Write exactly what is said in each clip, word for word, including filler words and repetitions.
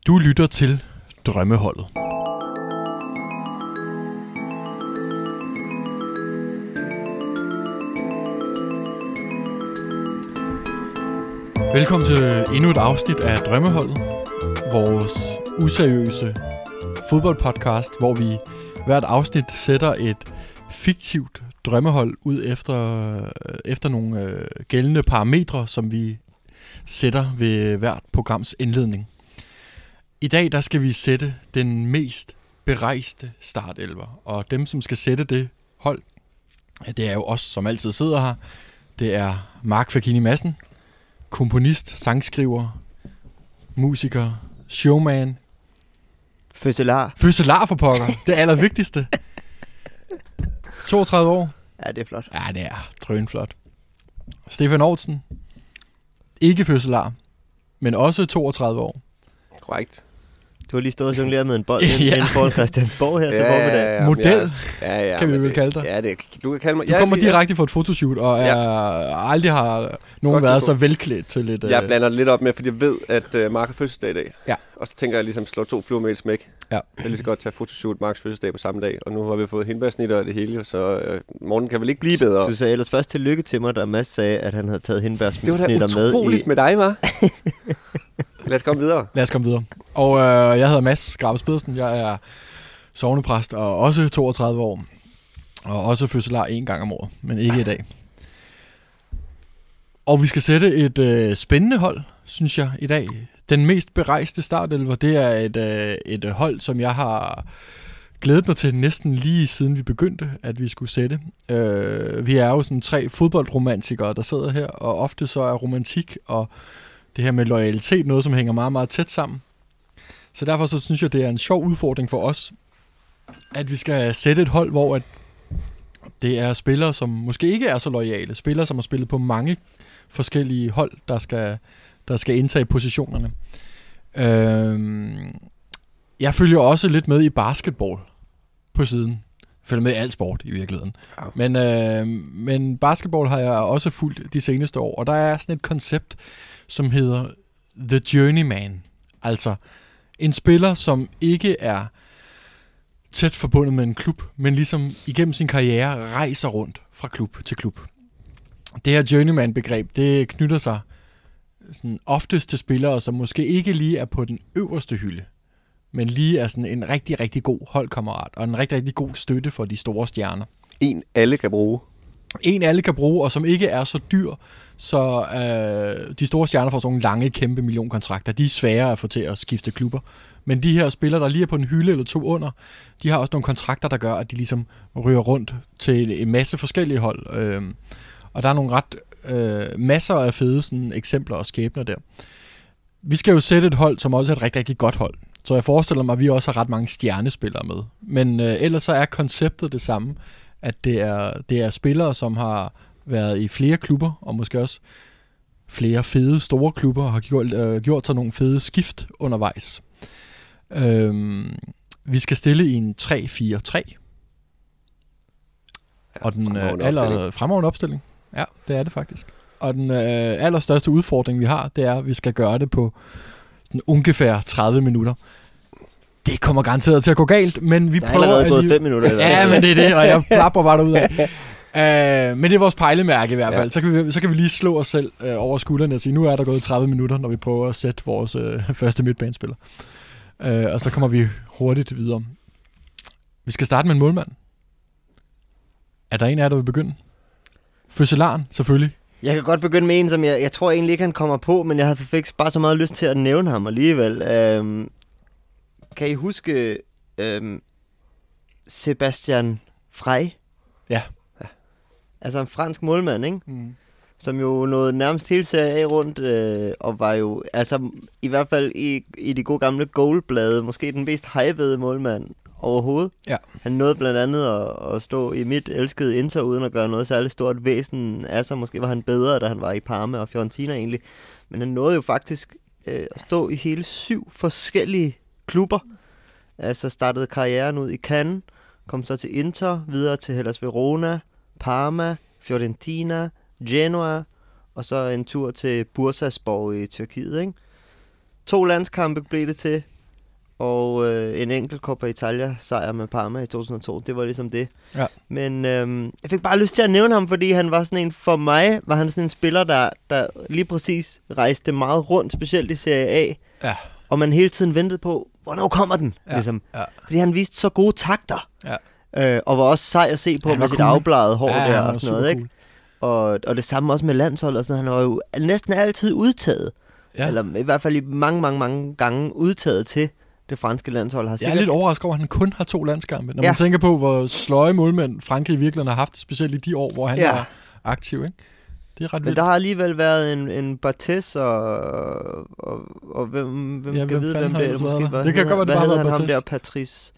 Du lytter til Drømmeholdet. Velkommen til endnu et afsnit af Drømmeholdet, vores useriøse fodboldpodcast, hvor vi hvert afsnit sætter et fiktivt drømmehold ud efter, efter nogle øh, gældende parametre, som vi sætter ved hvert programs indledning. I dag der skal vi sætte den mest berejste startelver, og dem som skal sætte det hold, det er jo os, som altid sidder her. Det er Mark Fakini Madsen, komponist, sangskriver, musiker, showman, fødselar. Fødselar for pokker, det allervigtigste. toogtredive år. Ja, det er flot. Ja, det er drønflot. Stefan Aarhusen, ikke fødselar, men også toogtredive år. Korrekt. Du har lige stået og jongleret med en bold ja. inden foran Christiansborg her til ja, formiddag. Ja, ja, Model, ja, ja, kan vi vel det, kalde dig. Ja, det, du kan kalde mig. Du kommer direkte fra et fotoshoot, og er, ja. aldrig har nogen Godt, været så velklædt til lidt... Jeg blander det lidt op med, fordi jeg ved, at uh, Mark har fødselsdag i dag. Ja. Og så tænker jeg ligesom slå to fluer med et smæk. Ja. Jeg vil lige så godt tage fotoshoot Marks fødselsdag på samme dag, og nu har vi fået hindbærsnitter og det hele, så uh, morgen kan vel ikke blive bedre. Du sagde ellers først tillykke til mig, da Mads sagde, at han havde taget hindbærsnitter med. Det var da utroligt i... med dig, hva'? Lad os komme videre. Lad os komme videre. Og øh, jeg hedder Mads Grabes Pedersen. Jeg er sognepræst og også toogtredive år. Og også fødselar en gang om året, men ikke i dag. Og vi skal sætte et øh, spændende hold, synes jeg, i dag. Den mest berejste startelver, det er et, øh, et hold, som jeg har glædet mig til næsten lige siden vi begyndte, at vi skulle sætte. Øh, vi er jo sådan tre fodboldromantikere, der sidder her, og ofte så er romantik og det her med loyalitet noget, som hænger meget, meget tæt sammen. Så derfor så synes jeg, det er en sjov udfordring for os, at vi skal sætte et hold, hvor at det er spillere, som måske ikke er så loyale. Spillere, som har spillet på mange forskellige hold, der skal, der skal indtage positionerne. Øhm, jeg følger også lidt med i basketball på siden. Jeg følger med i alt sport i virkeligheden. Okay. Men, øh, men basketball har jeg også fulgt de seneste år, og der er sådan et koncept, som hedder The Journeyman. Altså en spiller, som ikke er tæt forbundet med en klub, men ligesom igennem sin karriere rejser rundt fra klub til klub. Det her Journeyman-begreb, det knytter sig sådan oftest til spillere, som måske ikke lige er på den øverste hylde, men lige er sådan en rigtig, rigtig god holdkammerat, og en rigtig, rigtig god støtte for de store stjerner. En alle kan bruge. En alle kan bruge, og som ikke er så dyr, så øh, de store stjerner får sådan nogle lange, kæmpe millionkontrakter. De er svære at få til at skifte klubber. Men de her spillere, der lige er på en hylde eller to under, de har også nogle kontrakter, der gør, at de ligesom ryger rundt til en masse forskellige hold. Øh, og der er nogle ret øh, masser af fede sådan, eksempler og skæbner der. Vi skal jo sætte et hold, som også er et rigtig, rigtig godt hold. Så jeg forestiller mig, at vi også har ret mange stjernespillere med. Men øh, ellers så er konceptet det samme, at det er, det er spillere, som har været i flere klubber, og måske også flere fede, store klubber, og har gjort, øh, gjort sig nogle fede skift undervejs. Øhm, vi skal stille i en tre fire tre. Ja, og den øh, aller fremragende opstilling. Ja, det er det faktisk. Og den øh, allerstørste udfordring, vi har, det er, at vi skal gøre det på sådan ungefær tredive minutter. Det kommer garanteret til at gå galt, men vi der prøver... Der er allerede gået fem minutter. Eller ja, men det er det, og jeg plapper bare derudad. uh, men det er vores pejlemærke i hvert fald. Ja. Så, kan vi, så kan vi lige slå os selv uh, over skuldrene og sige, nu er der gået tredive minutter, når vi prøver at sætte vores uh, første midtbanespiller. Uh, og så kommer vi hurtigt videre. Vi skal starte med en målmand. Er der en af jer, der vil begynde? Fødselaren, selvfølgelig. Jeg kan godt begynde med en, som jeg, jeg tror egentlig ikke, han kommer på, men jeg havde faktisk bare så meget lyst til at nævne ham alligevel. Uh, Kan I huske øhm, Sebastian Frey? Ja. ja. Altså en fransk målmand, ikke? Mm. Som jo nåede nærmest hele serien af rundt, øh, og var jo, altså i hvert fald i, i de gode gamle goalblade, måske den mest hypede målmand overhovedet. Ja. Han nåede blandt andet at, at stå i mit elskede Inter, uden at gøre noget særligt stort væsen af sig. Måske var han bedre, da han var i Parma og Fiorentina egentlig. Men han nåede jo faktisk øh, at stå i hele syv forskellige klubber. Altså startede karrieren ud i Cannes, kom så til Inter, videre til Hellas Verona, Parma, Fiorentina, Genoa, og så en tur til Bursaspor i Tyrkiet, ikke? To landskampe blev det til, og øh, en enkelt Coppa Italia sejr med Parma i to tusind og to. Det var ligesom det. Ja. Men øh, jeg fik bare lyst til at nævne ham, fordi han var sådan en, for mig var han sådan en spiller, der, der lige præcis rejste meget rundt, specielt i Serie A. Ja. Og man hele tiden ventede på, hvornår kommer den? Ja. Ligesom. Ja. Fordi han viste så gode takter. Ja. Øh, og var også sej at se på Han med var sit cool. afbladede hår Ja, der han og var sådan noget, super ikke? Og, og det samme også med landshold og sådan noget. Han var jo næsten altid udtaget. Ja. Eller i hvert fald i mange, mange, mange gange udtaget til det franske landshold. Har Jeg er sikkert... lidt overrasket over, at han kun har to landskampe. Når Ja. man tænker på, hvor sløje målmænd Frankrig i virkeligheden har haft, specielt i de år, hvor han Ja. var aktiv, ikke? Det er ret Men vildt. der har alligevel været en, en Barthez og, og, og hvem, hvem Ja, kan hvem vide, fanden hvem har det er. ellers Måske, været der? hvad Det kan hedder- godt være, det hvad bare hedder har han været ham der? Barthez. Patrice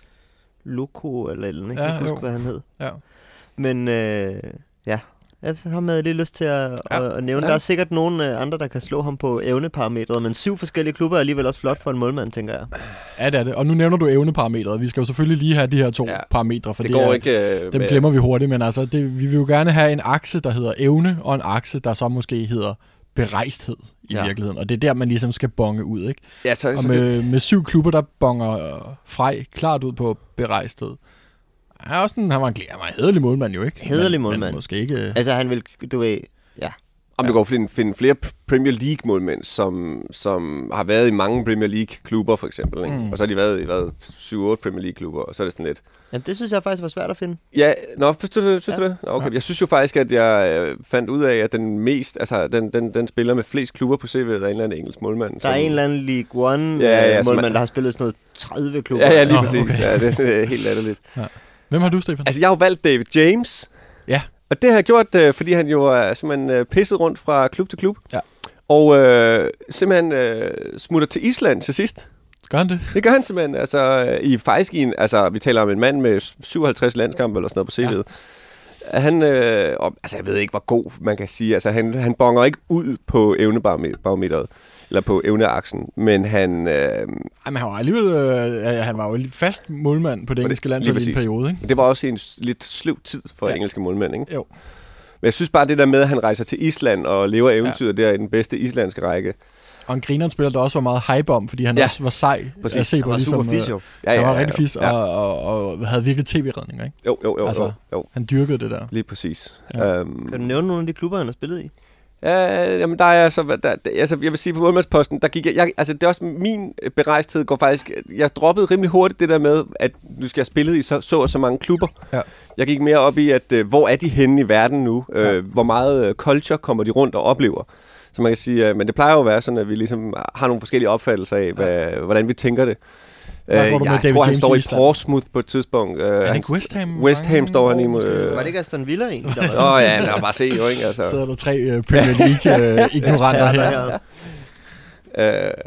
Loco eller eller andet. Jeg Ja, kan ikke jo. huske, hvad han hed. Ja. Men øh, ja, jeg har med lidt lyst til at, Ja. at, at nævne. Ja. Der er sikkert nogen øh, andre, der kan slå ham på evneparametret, men syv forskellige klubber er alligevel også flot for en målmand, tænker jeg. Ja, det er det. Og nu nævner du evneparametret. Vi skal jo selvfølgelig lige have de her to Ja. parametre, for Det det går er, ikke... Øh, dem med- glemmer vi hurtigt, men altså, det, vi vil jo gerne have en akse, der hedder evne, og en akse, der så måske hedder berejsthed i Ja. virkeligheden. Og det er der, man ligesom skal bonge ud, ikke? Ja, så, Og så det, med, med syv klubber, der bonger øh, Frej klart ud på berejsthed. Han er også en, han var en, han var en hæderlig målmand jo, ikke? Hæderlig Men- målmand. Men måske ikke... Altså, han vil, du ved, ja. om det går at finde, finde flere Premier League-målmænd, som, som har været i mange Premier League-klubber, for eksempel. Ikke? Mm. Og så har de været i hvad, syv otte Premier League-klubber, og så er det sådan lidt... Jamen, det synes jeg faktisk var svært at finde. Ja, nå, synes du det? Synes Ja. du det? Nå, Okay. Ja. Jeg synes jo faktisk, at jeg øh, fandt ud af, at den mest, altså den, den, den spiller med flest klubber på C V'et, er en eller anden engelsk målmand. Der er en eller anden League One Ja, ja, øh, som målmand, er- der har spillet sådan noget tredive klubber. Ja, ja, lige Nå, præcis. okay. Ja, det er helt latterligt. Hvem har du, Stefan? Altså, jeg har jo valgt David James. Ja. Og det har jeg gjort, øh, fordi han jo er simpelthen øh, pisset rundt fra klub til klub. Ja. Og øh, simpelthen øh, smutter til Island til sidst. Gør han det? Det gør han simpelthen. Altså, øh, i faktisk i en, altså, vi taler om en mand med syvoghalvtreds landskampe eller sådan noget på C V'et. Ja. Han, øh, og, altså, jeg ved ikke, hvor god man kan sige. Altså, han, han bonger ikke ud på evnebarometeret, eller på evneaksen, men han... Øh, Ej, men han var alligevel øh, han var jo fast målmand på det engelske det- landshold lige i en præcis. periode, ikke? det var også en s- lidt sløv tid for Ja. ja. engelske målmænd, ikke? Jo. Men jeg synes bare, det der med, at han rejser til Island og lever eventyret ja. der i den bedste islandske række. Og en grineren spiller, der også var meget hype om, fordi han Ja. også var sej Præcis. at se Han på. var Ligesom, super fys, jo. Ja, han var ja, rigtig fis, ja. og, og, og havde virkelig tv-redninger, ikke? Jo, jo, jo, Altså, jo, jo. Han dyrkede det der. Lige præcis. Ja. Øhm, Kan du nævne nogle af de klubber, han har spillet i? Ja, jamen der er altså, der, der, altså jeg vil sige på målmandsposten, der gik jeg, jeg, altså det er også min berejsthed går faktisk, jeg droppede rimelig hurtigt det der med, at nu skal jeg spille i så, så og så mange klubber. Ja. Jeg gik mere op i, at øh, hvor er de henne i verden nu? Ja. Øh, hvor meget øh, culture kommer de rundt og oplever? Så man kan sige, øh, men det plejer jo at være sådan, at vi ligesom har nogle forskellige opfattelser af, hvad, hvordan vi tænker det. Øh, går jeg du med tror, David han James står i i Island? Portsmouth på et tidspunkt. Øh, Er han han, ikke West Ham? West Ham står han i mod- Øh, Var det ikke Aston Villa egentlig? Der Åh oh, ja, der er bare se jo, ikke? Altså. sidder der tre uh, Premier League-ignoranter Ja, her. der er- Øh,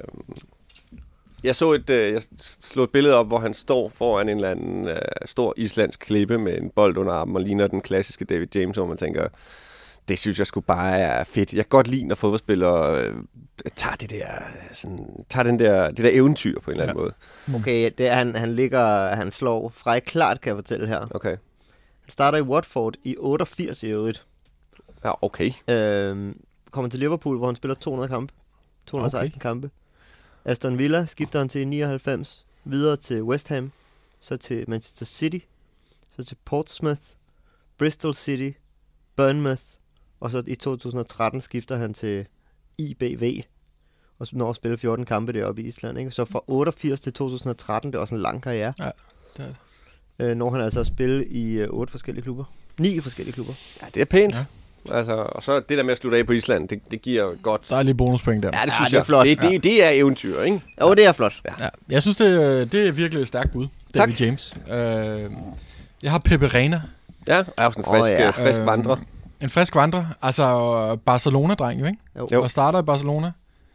jeg så et, øh, jeg slog et billede op, hvor han står foran en eller anden øh, stor islandsk klippe med en bold under armen og ligner den klassiske David James, hvor man tænker, det synes jeg sgu bare er fedt. Jeg kan godt lide, når fodboldspillere øh, tager, det der, sådan, tager den der, det der eventyr på en eller anden Ja. måde. Okay, det er, han, han ligger, han slår Frej klart, kan jeg fortælle her. Okay. Han starter i Watford i otteogfirs i øvrigt. Ja, okay. Øhm, kommer til Liverpool, hvor han spiller to hundrede kampe. to hundrede og seksten okay. kampe. Aston Villa skifter han til i nioghalvfems. Videre til West Ham. Så til Manchester City. Så til Portsmouth. Bristol City. Bournemouth. Og så i to tusind og tretten skifter han til I B V. Og så når at spille fjorten kampe deroppe i Island. Ikke? Så fra otteogfirs til to tusind og tretten, det er også en lang karriere. Ja, det er det. Øh, når han altså at spille i øh, otte forskellige klubber. Ni forskellige klubber. Ja, det er pænt. Ja. Altså, og så det der med at slutte af på Island, det, det giver jo godt... Der er lige bonuspoint der. Ja, det Ja, synes det er jeg. flot. Det, det, det er eventyr, ikke? Jo, det er flot. Ja. Jeg synes, det, det er virkelig et stærkt bud, David James. Øh, jeg har Pepe Reina. Ja, og er også en frisk, Åh, ja. oh, frisk Øh, vandrer. En frisk vandrer. Altså Barcelona-dreng jo, ikke? Jo. Jo. Og starter i Barcelona.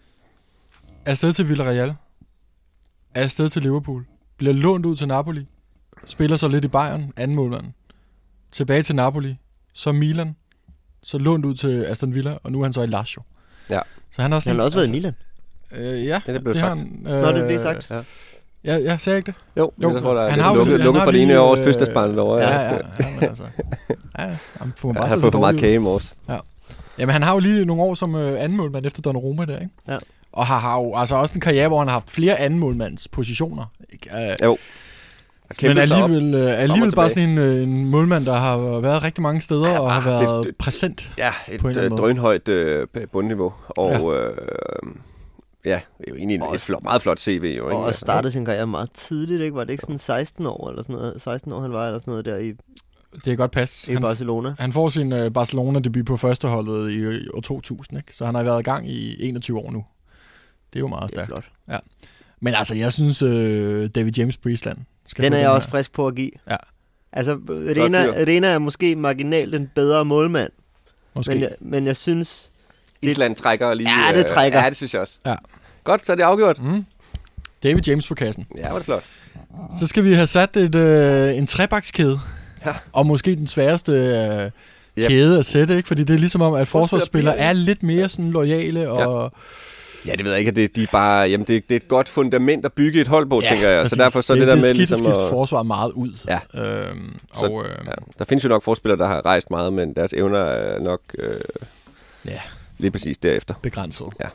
Er afsted til Villarreal. Er afsted til Liverpool. Bliver lånt ud til Napoli. Spiller så lidt i Bayern, anden målmand. Tilbage til Napoli. Så Milan. Så lånt ud til Aston Villa, og nu er han så i Lazio. Ja. Så han har også Han har også været i altså, Milan. Øh, ja, Ja, det blev det har sagt. han. Øh, Nå, det blev sagt. Ja. Ja, jeg sagde ikke det. Jo, Jo, jo, jeg tror, der er han lidt har jo lukket, lige- han lukket har for det ene lige, års øh, fødselsdagsbarn derovre. Ja, ja, ja, men altså. Ja, ja, han får man Jeg bare har tage fået sig for meget dårligt ud. kage i morges. Jamen, han har jo lige nogle år som øh, anden målmand efter Donnarumma der, ikke? Ja. Og har, har jo altså også en karriere, hvor han har haft flere anden målmands positioner. ikke? Uh, Jo. Men alligevel, uh, alligevel bare tilbage. sådan en, en målmand, der har været rigtig mange steder Ja, og har bare- været det- det- præsent. Ja, På en eller et anden øh, måde. drønhøjt øh, bundniveau. Og ja, øh, ja det er jo egentlig Og- et flot, meget flot C V. Jo, ikke? Og startede sin karriere meget tidligt, ikke? Var det ikke sådan seksten år eller sådan noget? seksten år han var, eller sådan noget der i, Det kan godt passe. i Han, Barcelona. han får sin uh, Barcelona-debut på førsteholdet i, i år to tusind, ikke? Så han har været i gang i enogtyve år nu. Det er jo meget Det er stærkt. flot. Men altså, jeg synes, uh, David James Priestland skal Den få er jeg her. også frisk på at give. Ja. Altså, Rena, fyr. Rena er måske marginalt en bedre målmand, Måske. men jeg, men jeg synes... Island trækker lige... Ja, det trækker. Øh, ja, det synes jeg også. Ja. Godt, så er det afgjort. Mm. David James på kassen. Ja, var det flot. Så skal vi have sat et, øh, en trebakskæde. Ja. Og måske den sværeste øh, Yep. kæde at sætte, ikke? Fordi det er ligesom om, at forsvarsspillere bliver- er lidt mere sådan loyale og... Ja, det ved jeg ikke, at det, de er bare, jamen det, det er et godt fundament at bygge et hold på, ja, tænker jeg. præcis. Så derfor så det, det det der med skidt ligesom at skifte at, forsvar meget ud. Ja. Øhm, Så- og, øh, ja, der findes jo nok forspillere, der har rejst meget, men deres evner er nok øh, ja, lige præcis derefter. begrænset. Ja.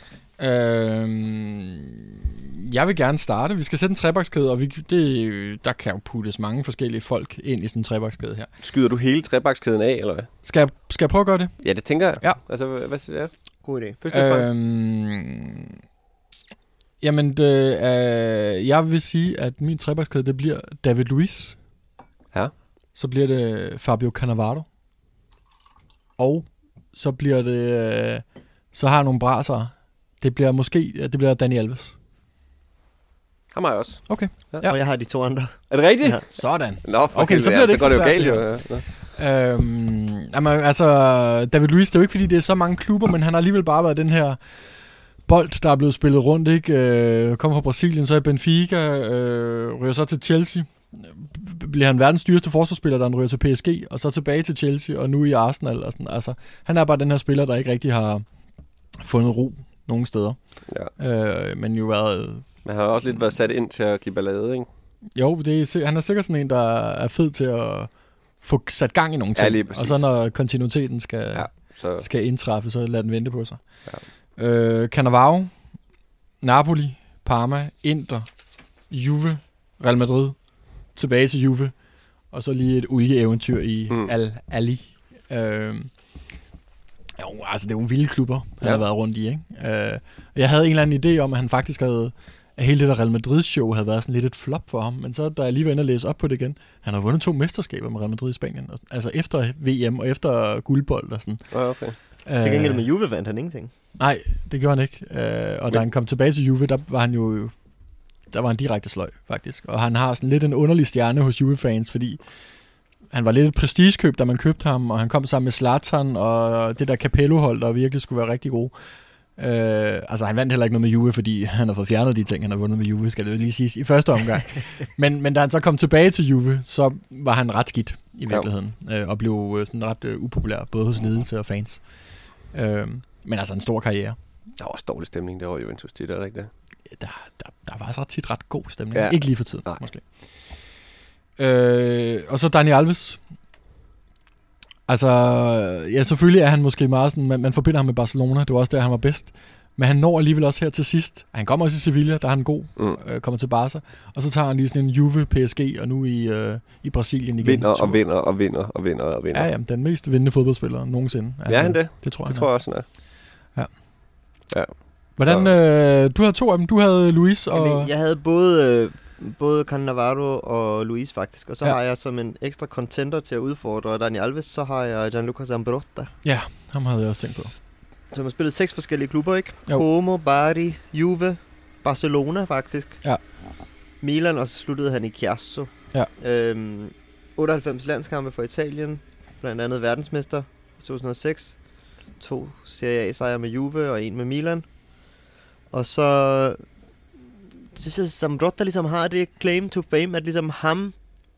Øhm, jeg vil gerne starte. Vi skal sætte en trebakskæde, og vi, det, der kan jo puttes mange forskellige folk ind i sådan en trebakskæde her. Skyder du hele trebakskæden af, eller hvad? Skal jeg, skal jeg prøve at gøre det? Ja, det tænker jeg. Ja. Altså, hvad, hvad siger jeg? God idé. Første øh, Øhm, jamen, det, øh, jeg vil sige, at min trebakskæde, det bliver David Luiz. Ja. Så bliver det Fabio Cannavaro. Og så bliver det... Øh, så har jeg nogle brasere. Det bliver måske... Det bliver Dani Alves. Ham har jeg også. Okay. Ja. Ja. Og jeg har de to andre. Er det rigtigt? Ja. Ja. Sådan. Nå, for Okay, så helvede, bliver det ja, ikke så går så det jo svært, galt, jo. Øhm, jamen, altså, David Luiz, det er jo ikke fordi, det er så mange klubber, men han har alligevel bare været den her bold, der er blevet spillet rundt, ikke? Øh, kommer fra Brasilien, så i Benfica, øh, ryger så til Chelsea. B- bliver han verdens dyreste forsvarsspiller, da han ryger til P S G, og så tilbage til Chelsea, og nu i Arsenal. Og sådan. Altså, han er bare den her spiller, der ikke rigtig har fundet ro nogen steder. Ja. Øh, men jo været... Men han har også lidt været sat ind til at give ballade, ikke? Jo, det er, si- han er sikkert sådan en, der er fed til at få sat gang i nogle Ja, ting. lige præcis. Og så når kontinuiteten skal... Ja. Så skal indtræffe, så lad den vente på sig. Ja. Øh, Cannavaro, Napoli, Parma, Inter, Juve, Real Madrid, tilbage til Juve, og så lige et olieeventyr i Mm. mm. Al-Ali. Øh, jo, altså det er jo en vilde klubber, han Ja. har været rundt i, ikke? Øh, jeg havde en eller anden idé om, at han faktisk havde, at hele det der Real Madrid-show havde været sådan lidt et flop for ham, men så da jeg lige var inde og læse op på det igen, han har vundet to mesterskaber med Real Madrid i Spanien, og- altså efter V M og efter guldbold og sådan. ja, okay. Til gengæld Øh, med Juve vandt han ingenting. Nej, det gjorde han ikke. Øh, og Men- da han kom tilbage til Juve, der var han jo der var han direkte sløj, faktisk. Og han har sådan lidt en underlig stjerne hos Juve-fans, fordi han var lidt et prestigekøb, da man købte ham, og han kom sammen med Zlatan og det der Capello-hold, der virkelig skulle være rigtig gode. Øh, altså, han vandt heller ikke noget med Juve, fordi han har fået fjernet de ting, han har vundet med Juve, skal det jo lige siges, i første omgang. men, men da han så kom tilbage til Juve, så var han ret skidt i virkeligheden, øh, og blev øh, sådan ret øh, upopulær, både hos ledelse og fans. Øh, men altså en stor karriere. Der var også dårlig stemning derovre i Juventus tit, er det ikke det? Der, der, der var altså ret tit ret god stemning. Ja. Ja. Ikke lige for tiden, Nej. måske. Øh, og så Dani Alves. Altså, ja, selvfølgelig er han måske meget sådan, man, man forbinder ham med Barcelona, det var også der, han var bedst. Men han når alligevel også her til sidst. Han kommer også i Sevilla, der er han god, Mm. øh, kommer til Barca. Og så tager han lige sådan en Juve, P S G, og nu i, øh, i Brasilien igen. Vinder og vinder og vinder og vinder og vinder. Ja, jamen, den mest vindende fodboldspiller nogensinde. Ja, han det? Det tror jeg, Det han tror er. jeg også, han er. Hvordan, øh, du havde to af dem. Du havde Luis og... Jamen, jeg havde både, øh, både Cannavaro og Luis faktisk, og så Ja. ja. har jeg som en ekstra contender til at udfordre Dani Alves, så har jeg Gianluca Zambrotta, Ja, ham havde jeg også tænkt på. som har spillet seks forskellige klubber, ikke? Jo. Como, Bari, Juve, Barcelona faktisk. Ja. Milan, og så sluttede han i Chiasso. Ja. Øhm, otteoghalvfems landskampe for Italien, blandt andet verdensmester i to tusind og seks. To Serie A-sejre med Juve og en med Milan. Og så synes jeg, Zambrotta ligesom har det claim to fame, at ligesom ham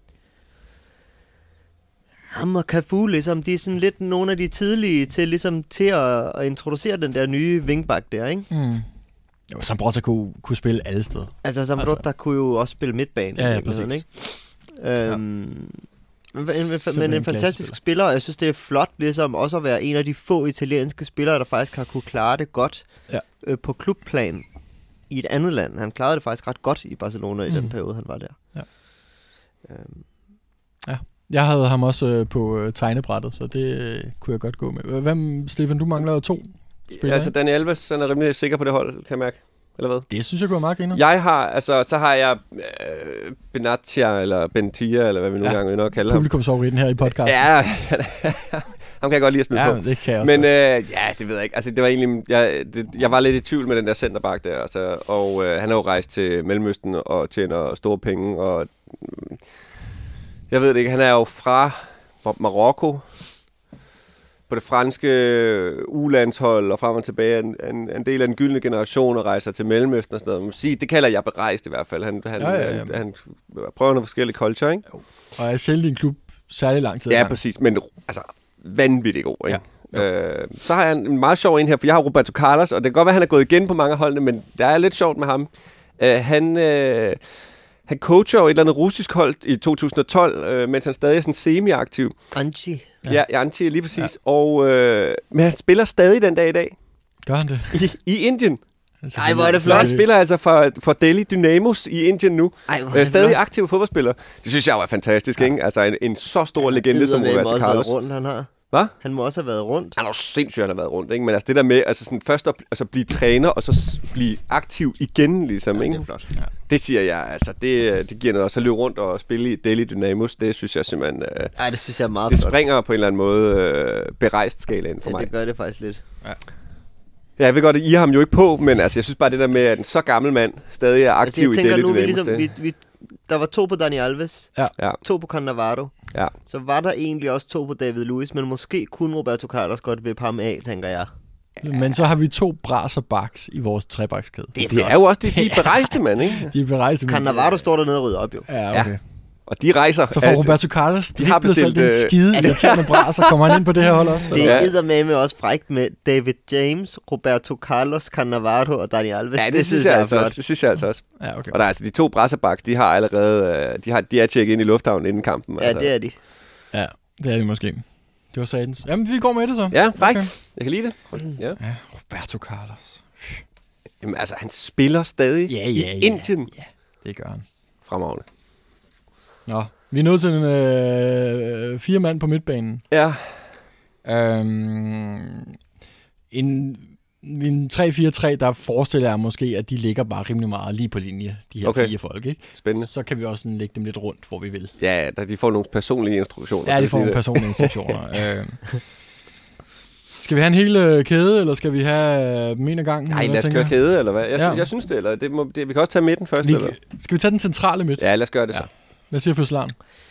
ham og Cafu, ligesom, de er sådan lidt nogle af de tidlige til, ligesom, til at, at introducere den der nye wingback der, ikke? Mm. Jo, Zambrotta kunne, kunne spille alle steder. Altså, Zambrotta altså, kunne jo også spille midtbane. Ja, i ja, virkeligheden, præcis. ikke? Øhm, men, men, men Simpelthen en fantastisk klassespiller. spiller, og jeg synes, det er flot ligesom også at være en af de få italienske spillere, der faktisk har kunne klare det godt Ja. øh, på klubplan i, i et andet land. Han klarede det faktisk ret godt i Barcelona mm. i den periode, han var der. Ja. Øhm. Ja. Jeg havde ham også øh, på øh, tegnebrættet, så det øh, kunne jeg godt gå med. Hvem, Stefan, du mangler jo to spillere. Ja, altså Dani Alves, han er rimelig sikker på det hold, kan jeg mærke. Eller hvad? Det synes jeg kunne være meget griner. Jeg har, altså, så har jeg øh, Benatia, eller Bentia, eller hvad vi nu engang ønsker at kalde ham. Publikumsfavoritten her i podcasten. Ja, ham kan jeg godt lide at spille ja, på. Det kan jeg også. Men øh, ja, det ved jeg ikke. Altså, det var egentlig, jeg, det, jeg var lidt i tvivl med den der centerback der, altså, og øh, han er jo rejst til Mellemøsten og tjener store penge, og øh, jeg ved det ikke, han er jo fra Marokko, på det franske U-landshold og frem og tilbage, en, en, en del af den gyldne generation og rejser til Mellemøsten og sådan noget. Man må sige, det kalder jeg berejst i hvert fald. Han, han, ja, ja, ja. han, han prøver nogle forskellige culture, ikke? Jo. Og er selv i en klub særlig lang tid. Ja, gang. præcis, men altså vanvittigt god, ikke? Ja. Øh, så har jeg en meget sjov en her, for jeg har Roberto Carlos, og det kan godt være, at han er gået igen på mange af holdene, men der er lidt sjovt med ham. Uh, han... Uh, Han coacher jo et eller andet russisk hold i to tusind og tolv, øh, mens han stadig er sådan semi-aktiv. Anchi. Ja, ja Anchi, lige præcis. Ja. Og, øh, men han spiller stadig den dag i dag. Gør han det? I, i Indien. Ej, hvor er det flot. Han spiller altså for, for Delhi Dynamos i Indien nu. Ej, øh, stadig flot. Aktiv fodboldspiller. Det synes jeg jo er fantastisk, ja. Ikke? Altså en, en så stor legende som Roberto Carlos. Rundt, han har. Hvad? Han må også have været rundt. Han er jo sindssygt, han har været rundt, ikke? Men altså det der med, altså sådan først at altså blive træner, og så blive aktiv igen, ligesom, ikke? Ja, det er flot. Ja. Det siger jeg, altså det, det giver noget. Og så løbe rundt og spille i Delhi Dynamos, det synes jeg simpelthen... Øh, Ej, det synes jeg er meget det flot. Det springer på en eller anden måde øh, berejst skalaen for ja, mig. det gør det faktisk lidt. Ja. Ja, jeg ved godt, at I har ham jo ikke på, men altså jeg synes bare det der med, at en så gammel mand stadig er aktiv altså, i Delhi Dynamos. Ligesom, vi, vi, der var to på Dani Alves, ja. to på Cannavaro. Ja. Så var der egentlig også to på David Luiz, men måske kunne Roberto Carlos godt vippe ham af, tænker jeg. Men så har vi to braser backs i vores trebakskæde. Det er, det er jo også de, de berejste mand, ikke? De er berejste. Cannavaro står dernede og rydder op, jo. Ja, okay. Ja. Og de rejser. Så får Roberto Carlos, de, de har bestilt øh... en skide irriterende braser, kommer han ind på det her hold også? Det er eddermame også frækt med David James, Roberto Carlos, Cannavaro og Dani Alves. Ja, det, det synes jeg, jeg altså også. Det synes jeg altså også. Ja, okay. Og der er altså de to brassebacks, de har allerede, de har de er tjekket ind i lufthavnen inden kampen. Ja, altså. det er de. Ja, det er de måske. Det var satans. Jamen, vi går med det så. Ja, frækt. Okay. Jeg kan lide det. Ja. Ja, Roberto Carlos. Jamen altså, han spiller stadig ja, ja, i ja. Indien. Ja, det gør han. Fremragende. Nå, vi er nået til en øh, fire mand på midtbanen. Ja. Øhm, en, en tre fire tre, der forestiller jeg måske, at de ligger bare rimelig meget lige på linje, de her okay. fire folk, ikke? Spændende. Så kan vi også sådan lægge dem lidt rundt, hvor vi vil. Ja, der, de får nogle personlige instruktioner. Ja, de får nogle personlige instruktioner. øhm. Skal vi have en hel øh, kæde, eller skal vi have øh, dem en af gangen? Nej, lad os køre kæde, eller hvad? Jeg, ja. synes, jeg synes det, eller det må, det, vi kan også tage midten først, vi, eller? Skal vi tage den centrale midt? Ja, lad os gøre det ja. så. Hvad siger Fødselaren?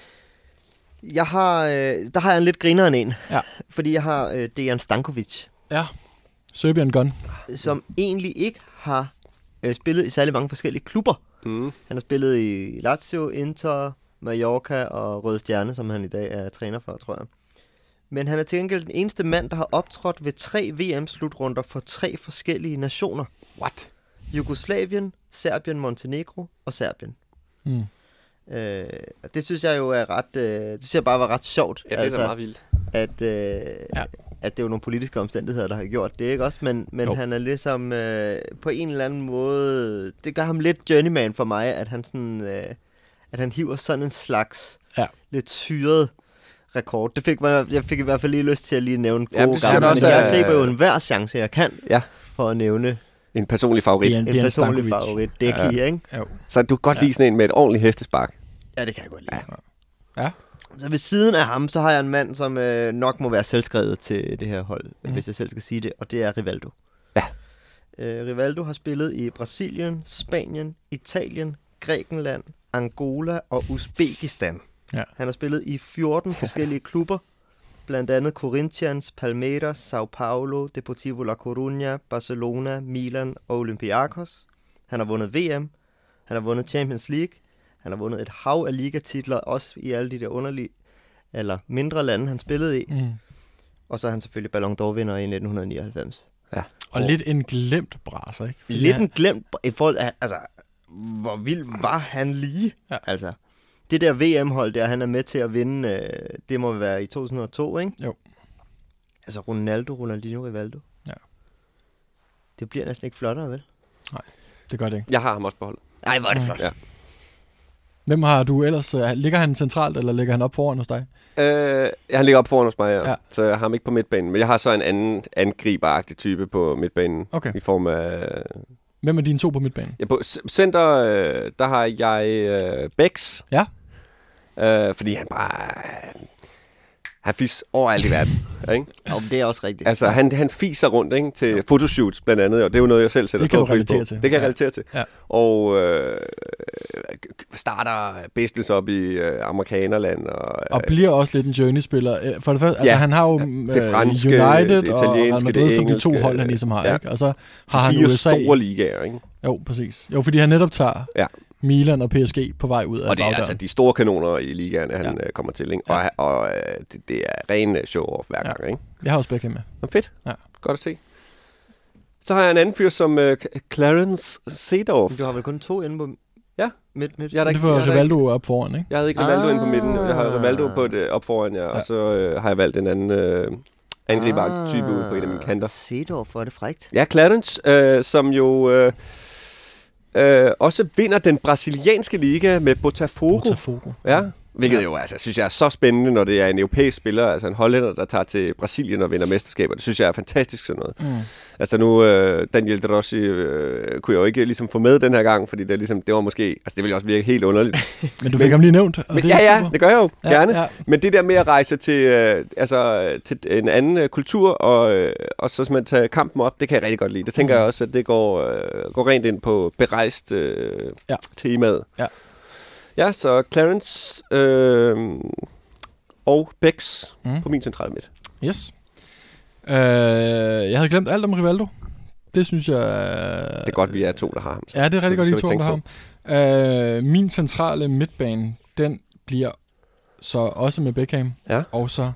Jeg har, øh, der har jeg en lidt grineren en, ja. fordi jeg har øh, Dejan Stankovic. Ja, Serbian Gun. Som egentlig ikke har øh, spillet i særlig mange forskellige klubber. Mm. Han har spillet i Lazio, Inter, Mallorca og Røde Stjerne, som han i dag er træner for, tror jeg. Men han er til gengæld den eneste mand, der har optrådt ved tre V M-slutrunder for tre forskellige nationer. What? Jugoslavien, Serbien, Montenegro og Serbien. Mm. Øh, det synes jeg jo er ret, øh, det synes jeg bare var ret sjovt. Ja, det er altså, meget vildt. At, øh, ja. at det er jo nogle politiske omstændigheder, der har gjort det, ikke også? Men, men han er ligesom øh, på en eller anden måde, det gør ham lidt journeyman for mig, at han sådan, øh, at han hiver sådan en slags ja. lidt syret rekord. Det fik mig, jeg fik i hvert fald lige lyst til at lige nævne gode ja, gamle, også, men jeg griber jo enhver chance, jeg kan, ja. for at nævne en personlig favorit. En, en personlig favorit, det er ja. Ikke? Jo. Så du kan godt ja. lide sådan en med et ordentligt hestespark. Ja, det kan jeg godt lide. Ja. Ja. Så ved siden af ham, så har jeg en mand, som øh, nok må være selvskrevet til det her hold, mm. hvis jeg selv skal sige det, og det er Rivaldo. Ja. Øh, Rivaldo har spillet i Brasilien, Spanien, Italien, Grækenland, Angola og Uzbekistan. Ja. Han har spillet i fjorten forskellige klubber, blandt andet Corinthians, Palmeiras, Sao Paulo, Deportivo La Coruña, Barcelona, Milan og Olympiakos. Han har vundet V M, han har vundet Champions League, han har vundet et hav af ligatitler, også i alle de der underlige, eller mindre lande, han spillede i. Mm. Og så er han selvfølgelig Ballon d'Or-vinder i nitten nioghalvfems. Ja. Og, og lidt en glemt braser, ikke? Lidt ja. en glemt, i forhold af, altså, hvor vild var han lige? Ja. Altså, det der V M-hold der, han er med til at vinde, øh, det må være i to tusind og to, ikke? Jo. Altså Ronaldo, Ronaldinho, Rivaldo. Ja. Det bliver næsten ikke flottere, vel? Nej. Det gør det ikke. Jeg har ham også på holdet. Ej, hvor er det flot. Ja. Hvem har du ellers? Uh, ligger han centralt, eller ligger han op foran hos dig? Øh, han ligger op foran hos mig, ja. Ja. Så jeg har ham ikke på midtbanen. Men jeg har så en anden angriberagtig type på midtbanen. Okay. I form af... Hvem er dine to på midtbanen? Ja, på center, øh, der har jeg øh, Bex. Ja. Øh, fordi han bare... Han fis overalt i verden, ikke? Jo, det er også rigtigt. Altså, han, han fiser rundt, ikke? Til fotoshoots blandt andet, og det er jo noget, jeg selv sætter stor pris på. Til. Det kan jeg ja. relatere til. Ja. Og øh, starter business op i øh, amerikanerland. Og, øh, og bliver også lidt en journey-spiller. For det første, ja, altså han har jo det franske, United det og Real italienske, Madrid det som de engelske, to hold, han ligesom har, ja. ikke? Og så har han fire U S A. store ligaer, ikke? Jo, præcis. Jo, fordi han netop tager ja. Milan og P S G på vej ud af og det er bagdøren. altså de store kanoner i ligaerne, han ja. kommer til, ikke? Ja. Og, og det, det er ren show-off hver gang, ja. ikke? Jeg har også Beckham med. Nå, fedt. Ja. Godt at se. Så har jeg en anden fyr som uh, Clarence Seedorf. Du har vel kun to inde på ja. midt, midt. Jeg er det får Rivaldo op foran, ikke? Jeg havde ikke Rivaldo ah. inde på midten. Jeg har Rivaldo på et, op foran jer, ja. og så uh, har jeg valgt en anden uh, angriber type ud på en af mine kanter. Seedorf, hvor er det frækt. Ja, Clarence, uh, som jo... Uh, Uh, også vinder den brasilianske liga med Botafogo. Botafogo. Ja, hvilket jo altså, synes jeg er så spændende, når det er en europæisk spiller, altså en hollænder, der tager til Brasilien og vinder mesterskaber. Det synes jeg er fantastisk sådan noget. Mm. Altså nu, uh, Daniel De Rossi uh, kunne jeg jo ikke ligesom få med den her gang, fordi det, ligesom, det var måske, altså det ville også virke helt underligt. Men du fik men, ham lige nævnt. Og men, det ja, ja, det gør jeg jo ja, gerne. Ja. Men det der med at rejse til, uh, altså, til en anden uh, kultur, og, uh, og så simpelthen tage kampen op, det kan jeg rigtig godt lide. Det tænker mm. jeg også, at det går, uh, går rent ind på berejst uh, ja. temaet. Ja. Ja, så Clarence øh, og Bex mm. på min centrale midt. Yes. Uh, jeg havde glemt alt om Rivaldo. Det synes jeg... Det er godt, vi er to, der har ham. Så. Ja, det er rigtig så, godt, vi to, der har ham. Uh, min centrale midtbane, den bliver så også med Beckham. Ja. Og så,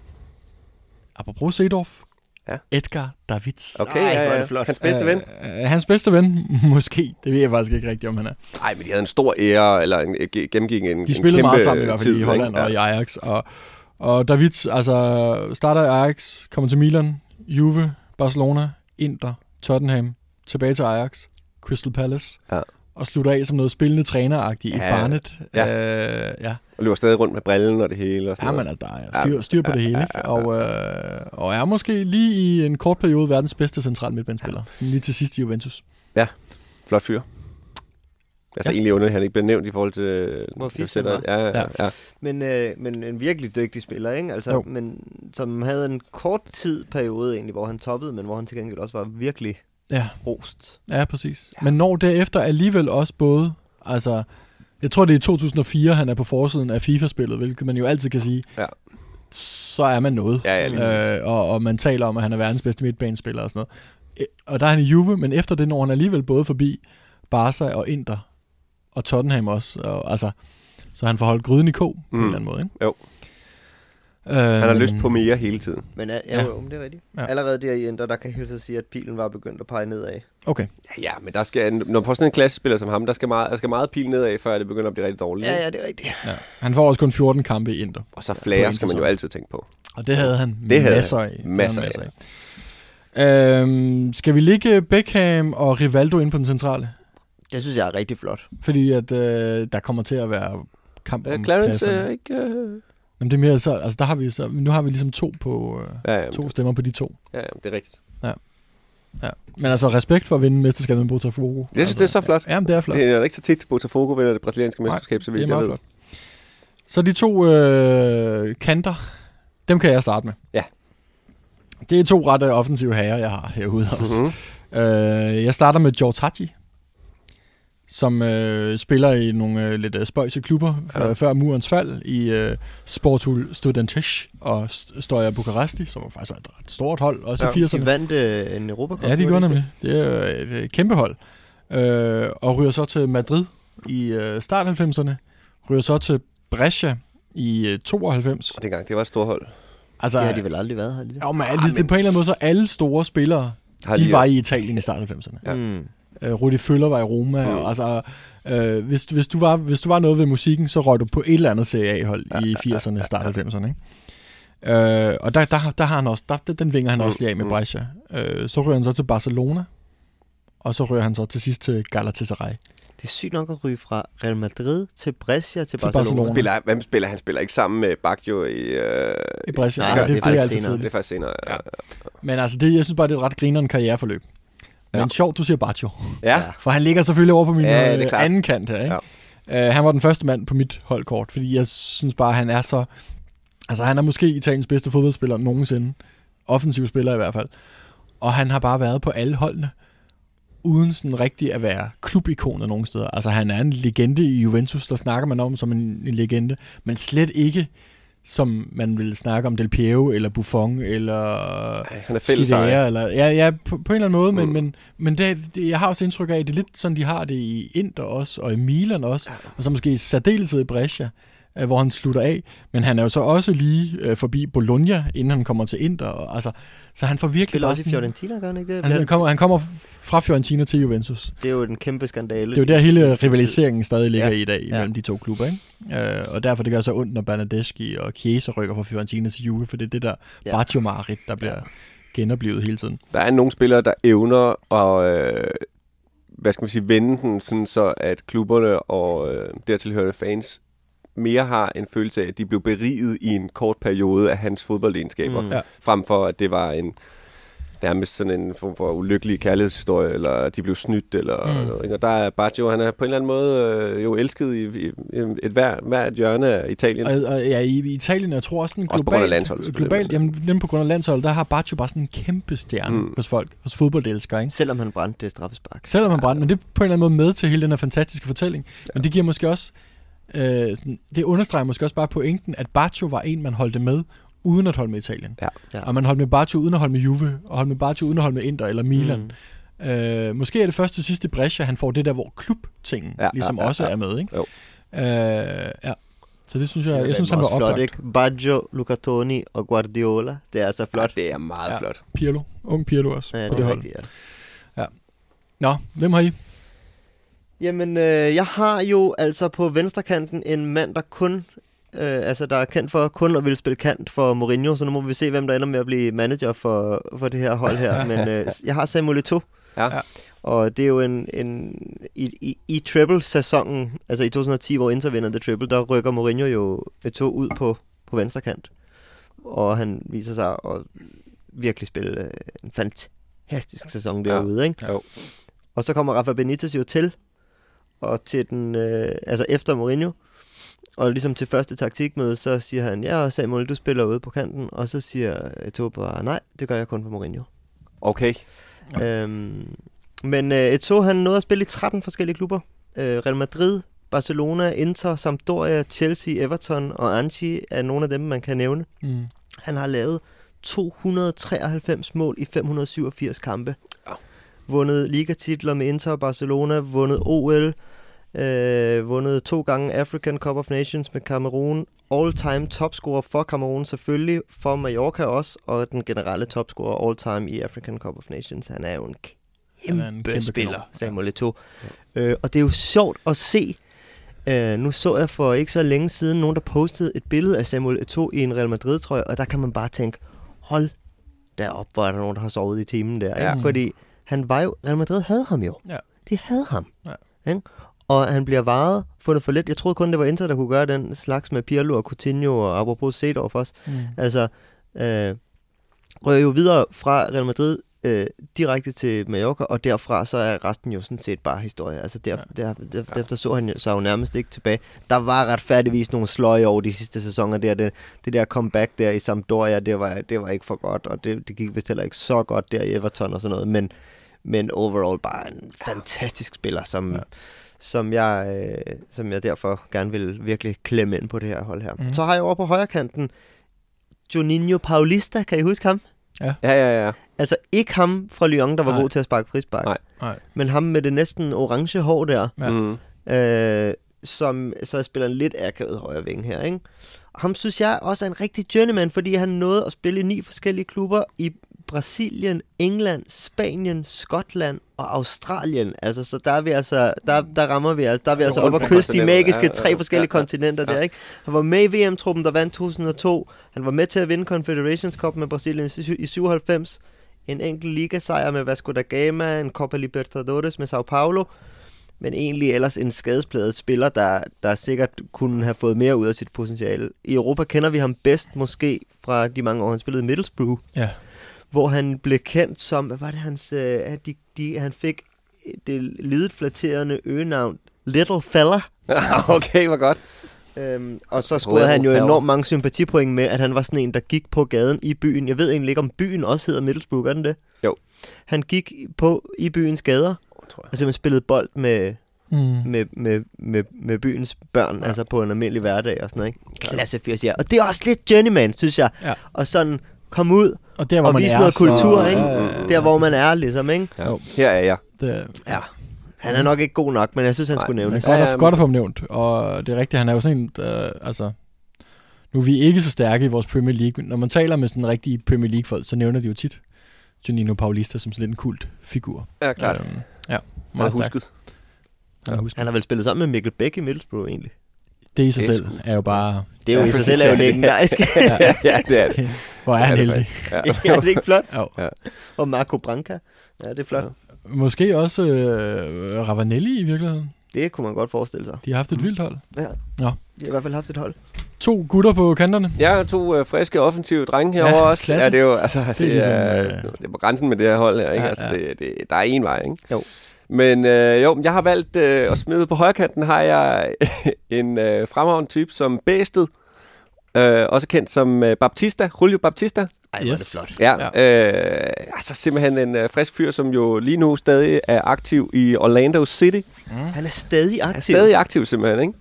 apropos Seedorf, ja. Edgar Davids. Okay, Ej, ja, ja. Flot. Hans bedste ven? Uh, hans bedste ven, måske. Det ved jeg faktisk ikke rigtigt, om han er. Nej, men de havde en stor ære, eller en, gennemgik en, de spillede en meget sammen i hvert fald tid, i Holland ja. og i Ajax. Og, og Davids, altså, starter i Ajax, kommer til Milan, Juve, Barcelona, Inter, Tottenham, tilbage til Ajax, Crystal Palace, ja. og slutter af som noget spillende træneragtigt ja. i Barnet. Ja. Øh, ja. Og løber stadig rundt med brillen og det hele. Og sådan ja, men altså, der er styr, styr på ja, det hele. Ikke? Ja, ja, ja. Og, øh, og er måske lige i en kort periode verdens bedste central midtbanespiller. Ja. Sådan lige til sidst i Juventus. Ja, flot fyr. Altså ja. egentlig under, at han ikke bliver nævnt i forhold til... Hvor fisk han var. Ja, ja, ja. Men, øh, men en virkelig dygtig spiller, ikke? Altså, men, som havde en kort tid periode egentlig, hvor han toppede, men hvor han til gengæld også var virkelig ja. rost. Ja, præcis. Ja. Men når derefter alligevel også både... Altså, jeg tror, det er i to tusind og fire, han er på forsiden af FIFA-spillet, hvilket man jo altid kan sige. Ja. Så er man noget. Ja, ja, øh, og, og man taler om, at han er verdens bedste midtbanespiller og sådan noget. Og der er han i Juve, men efter det når han alligevel både forbi Barca og Inter, og Tottenham også. Og, altså, så han får holdt gryden i ko, mm. på en eller anden måde. Ikke? Jo. Øhm, han har lyst på mere hele tiden. Men ja, ja. Jo, det er rigtigt. Ja. Allerede der i Inter, der kan jeg helt sige, at pilen var begyndt at pege nedad. Okay. Ja, ja, men der skal, når får sådan en klassespiller som ham, der skal meget, der skal meget pil nedad, før det begynder at blive rigtig dårligt. Ja, ja, det er rigtigt. Ja. Han får også kun fjorten kampe i Inter. Og så flere skal man jo altid tænke på. Og det havde han det havde masser af. Masser, masser af. af. Øhm, skal vi ligge Beckham og Rivaldo ind på den centrale? Det synes jeg er rigtig flot. Fordi at øh, der kommer til at være kamp om ja, Clarence er ikke... Øh... Jamen det er mere så, altså der har vi så, nu har vi ligesom to på øh, ja, jamen, to stemmer på de to. Ja, jamen, det er rigtigt. Ja. Ja. Men altså respekt for at vinde mesterskabet med Botafogo. Det synes altså, det er så flot. Jamen det er flot. Det er ikke så tit, Botafogo vinder det brasilianske mesterskab, så vidt jeg ved. Flot. Så de to øh, kanter, dem kan jeg starte med. Ja. Det er to ret offensive herrer, jeg har herude også. Mm-hmm. Øh, jeg starter med George Hagi, som øh, spiller i nogle øh, lidt øh, spøjse klubber ja. før murens fald i øh, Sportul Studentești og Steaua Bukaresti, som var faktisk et ret stort hold, også ja. i firserne. De vandt øh, en Europacup. Ja, de gjorde nemlig. Det er et, et kæmpe hold. Øh, og ryger så til Madrid i øh, start halvfemserne, ryger så til Brescia i øh, tooghalvfems. Og dengang, det var et stort hold. Altså, det har de vel aldrig været, har de det? Jo, men, ah, men på en eller anden måde, så alle store spillere, de, de var i Italien i start halvfemserne. Ja. Mm. Uh, Rudi Völler var i Roma, mm. og altså, uh, hvis, hvis, du var, hvis du var noget ved musikken, så røg du på et eller andet Serie A-hold ja, i firserne, start halvfemserne. Ikke? Uh, og der, der, der har han også, der, den vinger han mm. også lige af med Brescia. Uh, så ryger han så til Barcelona, og så rører han så til sidst til Galatasaray. Det er sygt nok at ryge fra Real Madrid til Brescia til, Til Barcelona. Barcelona. Spiller, hvem spiller? Han spiller ikke sammen med Baggio i... Øh, I Brescia. Nej, Ja, det det, er det, det er faktisk altid senere. det er tidligt. faktisk senere. Ja. Men altså, det, jeg synes bare, det er et ret grinerende karriereforløb. Men Ja. sjovt, du siger Baggio. Ja. For han ligger selvfølgelig over på min Ja, det er øh, klart. anden kant her, ikke? Ja. Uh, han var den første mand på mit holdkort, fordi jeg synes bare, han er så... Altså, han er måske Italiens bedste fodboldspiller nogensinde. Offensiv spiller i hvert fald. Og han har bare været på alle holdene, uden sådan rigtig at være klubikonet nogen steder. Altså, han er en legende i Juventus, der snakker man om som en, en legende, men slet ikke som man vil snakke om Del Piero, eller Buffon, eller Han er fælles ejer. eller ja, ja på, på en eller anden måde, Mm. men, men, men det, det, jeg har også indtryk af, at det er lidt sådan, de har det i Inter også, og i Milan også, og så måske i særdeleshed i Brescia, øh, hvor han slutter af. Men han er jo så også lige øh, forbi Bologna, inden han kommer til Inter. Og, altså, så han får virkelig... Spiller bare også i sådan- Fiorentina, gør han ikke det? Han, han, kommer, han kommer fra Fiorentina til Juventus. Det er jo en kæmpe skandale. Det er jo der hele rivaliseringen stadig ligger Ja. i i dag, imellem Ja. de to klubber, ikke? Øh, og derfor det gør så ondt, når Bernardeschi og Chiesa rykker fra Fiorentina til Juve, for det er det der Ja. Baggio-marit, der bliver genoplevet hele tiden. Der er nogle spillere, der evner at, øh, hvad skal man sige, vende den, sådan så at klubberne og øh, dertilhørende fans mere har en følelse af, at de blev beriget i en kort periode af hans fodboldegenskaber, Mm. mm. Ja. frem for at det var en nærmest sådan en form for ulykkelig kærlighedshistorie, eller de blev snydt, eller Mm. mm. noget. Ikke? Og der er Baggio, han er på en eller anden måde øh, jo elsket i, i, i et hver, hvert hjørne af Italien. Og, og ja, i, i Italien, jeg tror også, den Også på grund af globalt, landsholdet, selvfølgelig. globalt, jamen, lige på grund af landsholdet, der har Baggio bare sådan en kæmpe stjerne mm. Mm. hos folk, hos fodboldelskere, ikke? Selvom han brændte det straffespark. Selvom han brændte, men det er på en eller anden måde med til hele den her fantastiske fortælling. Ja. Men det giver måske også, øh, sådan- det understreger måske også bare pointen, at Baggio var en, man holdte med, uden at holde med Italien. Ja. Ja. Og man holdt med Baggio uden at holde med Juve, og holdt med Baggio uden at holde med Inter eller Milan. Mm. Øh, måske er det først til sidst i Brescia, han får det der, hvor klubtingen Ja, ligesom ja, ja, også ja. er med, ikke? Jo. Øh, ja. Så det synes jeg, Ja, jeg, den synes, var han var også flot, oplagt. ikke? Baggio, Luca Toni og Guardiola. Det er så flot. Ja, det er meget Ja. ja. flot. Pirlo. Ung Pirlo også. Ja, på det er hold. rigtigt, ja. Nå, hvem har I? Jamen, øh, jeg har jo altså på venstrekanten en mand, der kun, øh, altså der er kendt for kun at ville spille kant for Mourinho, så nu må vi se, hvem der ender med at blive manager for, for det her hold her. Men øh, jeg har Samuel Eto'o, Ja. Ja. og det er jo en, en i, i, i treble-sæsonen, altså i to tusind og ti, hvor Inter vinder The Treble, der rykker Mourinho jo Eto'o ud på, på venstrekant, og han viser sig at virkelig spille øh, en fantastisk sæson derude, ikke? Jo. Og så kommer Rafa Benitez jo til, og til den, øh, altså efter Mourinho, og ligesom til første taktikmøde, så siger han, ja Samuel, du spiller ude på kanten, og så siger Eto'o bare, nej, det gør jeg kun for Mourinho. Okay. Ja. Øhm, men øh, Eto'o, han nåede at spille i tretten forskellige klubber. Øh, Real Madrid, Barcelona, Inter, Sampdoria, Chelsea, Everton og Anchi er nogle af dem, man kan nævne. Mm. Han har lavet to hundrede og treoghalvfems mål i fem hundrede og syvogfirs kampe. Ja. Vundet ligatitler med Inter og Barcelona, vundet O L, øh, vundet to gange African Cup of Nations med Cameroon, all-time topscorer for Cameroon selvfølgelig, for Mallorca også, og den generelle topscorer all-time i African Cup of Nations. Han er jo en Han kæmpe, er en kæmpe kæmpe spiller, kanon. Samuel Eto'o. Ja. Øh, og det er jo sjovt at se. Øh, nu så jeg for ikke så længe siden nogen, der postede et billede af Samuel Eto'o i en Real Madrid-trøje, og der kan man bare tænke, hold derop, hvor er der nogen, der har sovet i timen der. Ja. Ikke? Fordi han var jo, Real Madrid havde ham jo. Ja. De havde ham. Ja. Ikke? Og han bliver varet, fundet for lidt. Jeg troede kun, det var Inter, der kunne gøre den slags med Pirlo og Coutinho, og apropos Seedorf også. Mm. Altså, øh, rører jo videre fra Real Madrid øh, direkte til Mallorca, og derfra så er resten jo sådan set bare historie. Altså, der, Ja. der, der, derefter så han jo, så jo nærmest ikke tilbage. Der var retfærdigvis nogle sløje over de sidste sæsoner der. Det, det der comeback der i Sampdoria, det var, det var ikke for godt, og det, det gik vist heller ikke så godt der i Everton og sådan noget, men, men overall bare en fantastisk spiller, som... Ja. Som jeg, øh, som jeg derfor gerne vil virkelig klemme ind på det her hold her. Mhm. Så har jeg over på højre kanten Juninho Paulista, kan I huske ham? Ja, ja, ja. Altså ikke ham fra Lyon, der var Nej. god til at sparke frispark, Nej. Nej. men ham med det næsten orange hår der, Ja. Mm. øh, som så spiller en lidt akavet højre ving her, ikke? Og ham synes jeg også er en rigtig journeyman, fordi han nåede at spille i ni forskellige klubber i Brasilien, England, Spanien, Skotland og Australien. Altså, så der er vi altså, der, der rammer vi altså, der er vi altså op Rundt at på kysse de kontinenter. magiske Ja, tre ja, forskellige ja, ja. kontinenter Ja. der, ikke? Han var med i V M-truppen, der vandt to tusind og to. Han var med til at vinde Confederations Cup med Brasilien i syvoghalvfems. en enkelt ligasejr med Vasco da Gama, en Copa Libertadores med Sao Paulo, men egentlig ellers en skadespladet spiller, der, der sikkert kunne have fået mere ud af sit potentiale. I Europa kender vi ham bedst måske fra de mange år, han spillede i Middlesbrough, Ja. hvor han blev kendt som, hvad var det hans, øh, de, de, han fik det lidet flatterende øgenavn, Little Fella. Okay, hvor godt. Øhm, og så scorede han jo enormt mange sympatipoint med, at han var sådan en, der gik på gaden i byen. Jeg ved egentlig ikke, om byen også hedder Middlesbrough, gør den det? Jo. Han gik på i byens gader, Tror jeg. og simpelthen spillede bold med, Mm. med, med, med, med byens børn, ja. Altså på en almindelig hverdag og sådan noget, ikke? Klasse fyr, siger. Og det er også lidt journeyman, synes jeg. Ja. Og sådan komme ud Og der, hvor og man vise er, noget så- kultur, ikke? Ja, ja, ja. Der, hvor man er, ligesom, ikke? Ja. Her er jeg. Det, Ja. Han er nok ikke god nok, men jeg synes, han Nej, skulle det nævnes. er godt, Ja, at, ja, godt at få ham nævnt, og det er rigtigt, han er jo sådan en, øh, altså, nu er vi ikke så stærke i vores Premier League, men når man taler med sådan en rigtig Premier League-folk, så nævner de jo tit Juninho Paulista som sådan lidt en kult figur. Ja, klart. Øhm, ja, Han er meget stærk. husket. Han er husket. Han har vel spillet sammen med Mikkel Bæk i Middlesbrough, egentlig. Det i sig Det er selv sgu- er jo bare, Det er jo Ja, i sig præcis, selv er jo det er det. legendarisk. ja, ja, det er det. hvor er Ja, han det er heldig. Ja. Ja, er det ikke flot? Jo. Og Marco Branca. Ja, det er flot. Ja. Måske også øh, Ravanelli i virkeligheden. Det kunne man godt forestille sig. De har haft et vildt hold. Ja. Nå. De har i hvert fald haft et hold. To gutter på kanterne. Jeg har to øh, friske, offensive drenge herovre Ja, også. klasse. Ja, det er jo, altså, det, Det er det, ligesom, er, øh, det er på grænsen med det her hold her, ikke? Ja, Altså, ja. det, det, der er en vej, ikke? Jo. Men øh, jo, jeg har valgt øh, at smide på højrekanten, har jeg en øh, fremragende type som Bæsted. Øh, også kendt som øh, Baptista, Julio Baptista. Ej, hvor er det Yes. flot. Ja, ja. Øh, altså simpelthen en øh, frisk fyr, som jo lige nu stadig er aktiv i Orlando City. Han er stadig Han er aktiv. stadig aktiv simpelthen, ikke?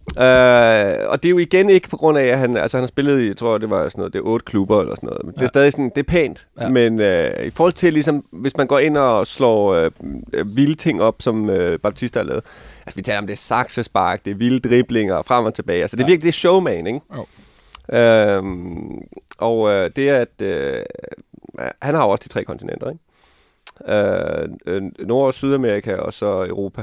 Øh, og det er jo igen ikke på grund af, at han, altså han har spillet i, jeg tror det var sådan noget, det er otte klubber eller sådan noget. Men ja. Det er stadig sådan, det er pænt. Ja. Ja. Men øh, i forhold til ligesom, hvis man går ind og slår øh, øh, vilde ting op, som øh, Baptista har lavet. Altså vi taler om det er saksespark, det er vilde driblinger frem og tilbage. Altså det er Ja. virkelig det er showman, ikke? Jo. Øhm, og øh, det er, at øh, han har jo også de tre kontinenter, ikke? Øh, øh, Nord- og Sydamerika og så Europa.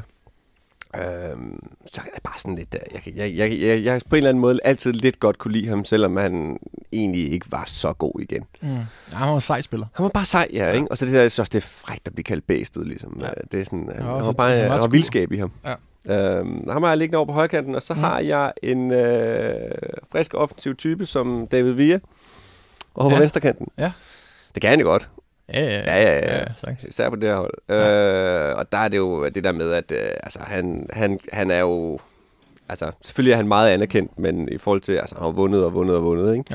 Øhm, så er det bare sådan lidt, øh, jeg, jeg, jeg, jeg, jeg på en eller anden måde altid lidt godt kunne lide ham, selvom han egentlig ikke var så god igen. Mm. Ja, han var en sej spiller. Han var bare sej, ja, ja. Ikke? Og så det der, jeg synes også, det er frækt at blive kaldt Bæstet, ligesom. Ja. Ja. Det er sådan, han, var han også var et- bare, han var der et var skur. vildskab i ham. Ja. Øhm, ham har jeg liggende over på højkanten, og så Mm. mm. har jeg en øh, frisk offensiv type som David Villa over på Ja. venstrekanten. Ja. Det kan han jo godt. Ja, ja, Ja, ja, ja. ja sagtens. Især på det her hold. Ja. Øh, og der er det jo det der med, at øh, altså, han, han, han er jo... Altså, selvfølgelig er han meget anerkendt, men i forhold til... Altså, han har vundet og vundet og vundet, ikke? Jo.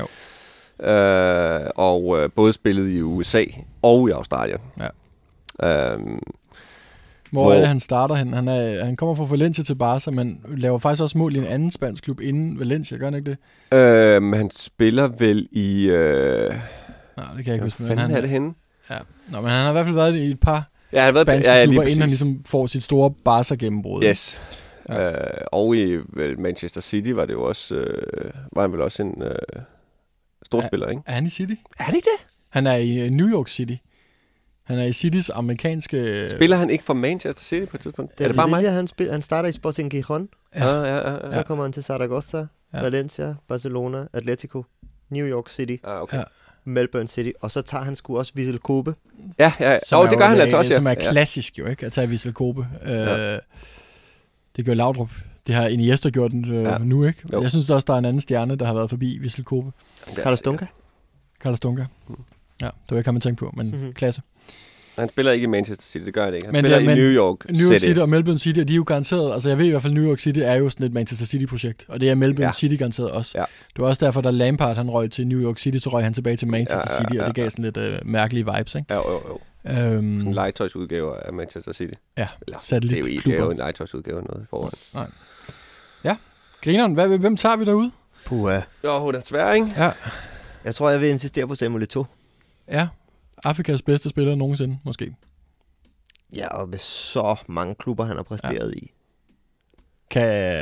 Øh, og øh, både spillet i U S A og i Australien. Ja. Øhm, Hvor, Hvor- er det, han starter hen? Han, er, han kommer fra Valencia til Barca, men laver faktisk også mål i en anden spansk klub inden Valencia, gør han ikke det? øhm, han spiller vel i... Øh, Nej, det kan jeg ikke hvad huske. Men fanden han, er det henne? Ja. Nå, men han har i hvert fald været i et par Ja, han har været spanske ja, ja, klubber, lige inden han præcis. ligesom får sit store Barca-gennembrud. Yes. Ja. Ja. Øh, og i vel, Manchester City var det jo også... Øh, var han vel også en øh, stor Ja. spiller, ikke? Er han i City? Er det ikke det? Han er i øh, New York City. Han er i Citys amerikanske... Spiller han ikke for Manchester City på et tidspunkt? Det er det bare mig? Villa, han, spil, han starter i Sporting Gijon, Ja. Ja, ja, ja. ja. så kommer han til Zaragoza, Ja. ja. Valencia, Barcelona, Atletico, New York City, Ah, okay. Ja. Melbourne City, og så tager han sgu også Vissel Kobe. Ja, ja, ja. Som Og er det jo gør han en- altså også, ja. Som er ja. klassisk jo, ikke? At tage Vissel Kobe. Øh, Ja. Det gør Laudrup. Det har Iniesta gjort øh, Ja. ja. nu, ikke? Jo. Jeg synes også, der er en anden stjerne, der har været forbi Vissel Kobe. Ja. Carlos Dunga. Carlos Dunga. Ja, det var ikke, man tænke på, men Mhm. mm-hmm. klasse. Han spiller ikke i Manchester City, det gør han ikke. Han Men spiller det- i men New York New York City. City og Melbourne City, og de er jo garanteret, altså jeg ved i hvert fald, New York City er jo sådan et Manchester City-projekt, og det er Melbourne Ja. ja. City garanteret også. Ja. Det var også derfor, da Lampard han røg til New York City, så røg han tilbage til Manchester Ja, ja, City, og ja, det gav ja. sådan lidt øh, mærkelige vibes, ikke? Ja, jo, jo. Øhm, Sådan en legetøjsudgave af Manchester City. ja, Eller, det er jo ikke det er jo satellitklubber. en legetøjsudgave af noget i forvejen. Grineren, hvad, hvem tager vi derude? Puha. Jo, hun er svær, ikke? Ja, Jeg tror, jeg vil insistere på Samuel Eto'o. ja. Afrikas bedste spiller nogensinde, måske. Ja, og med så mange klubber, han har præsteret ja. i. Kan,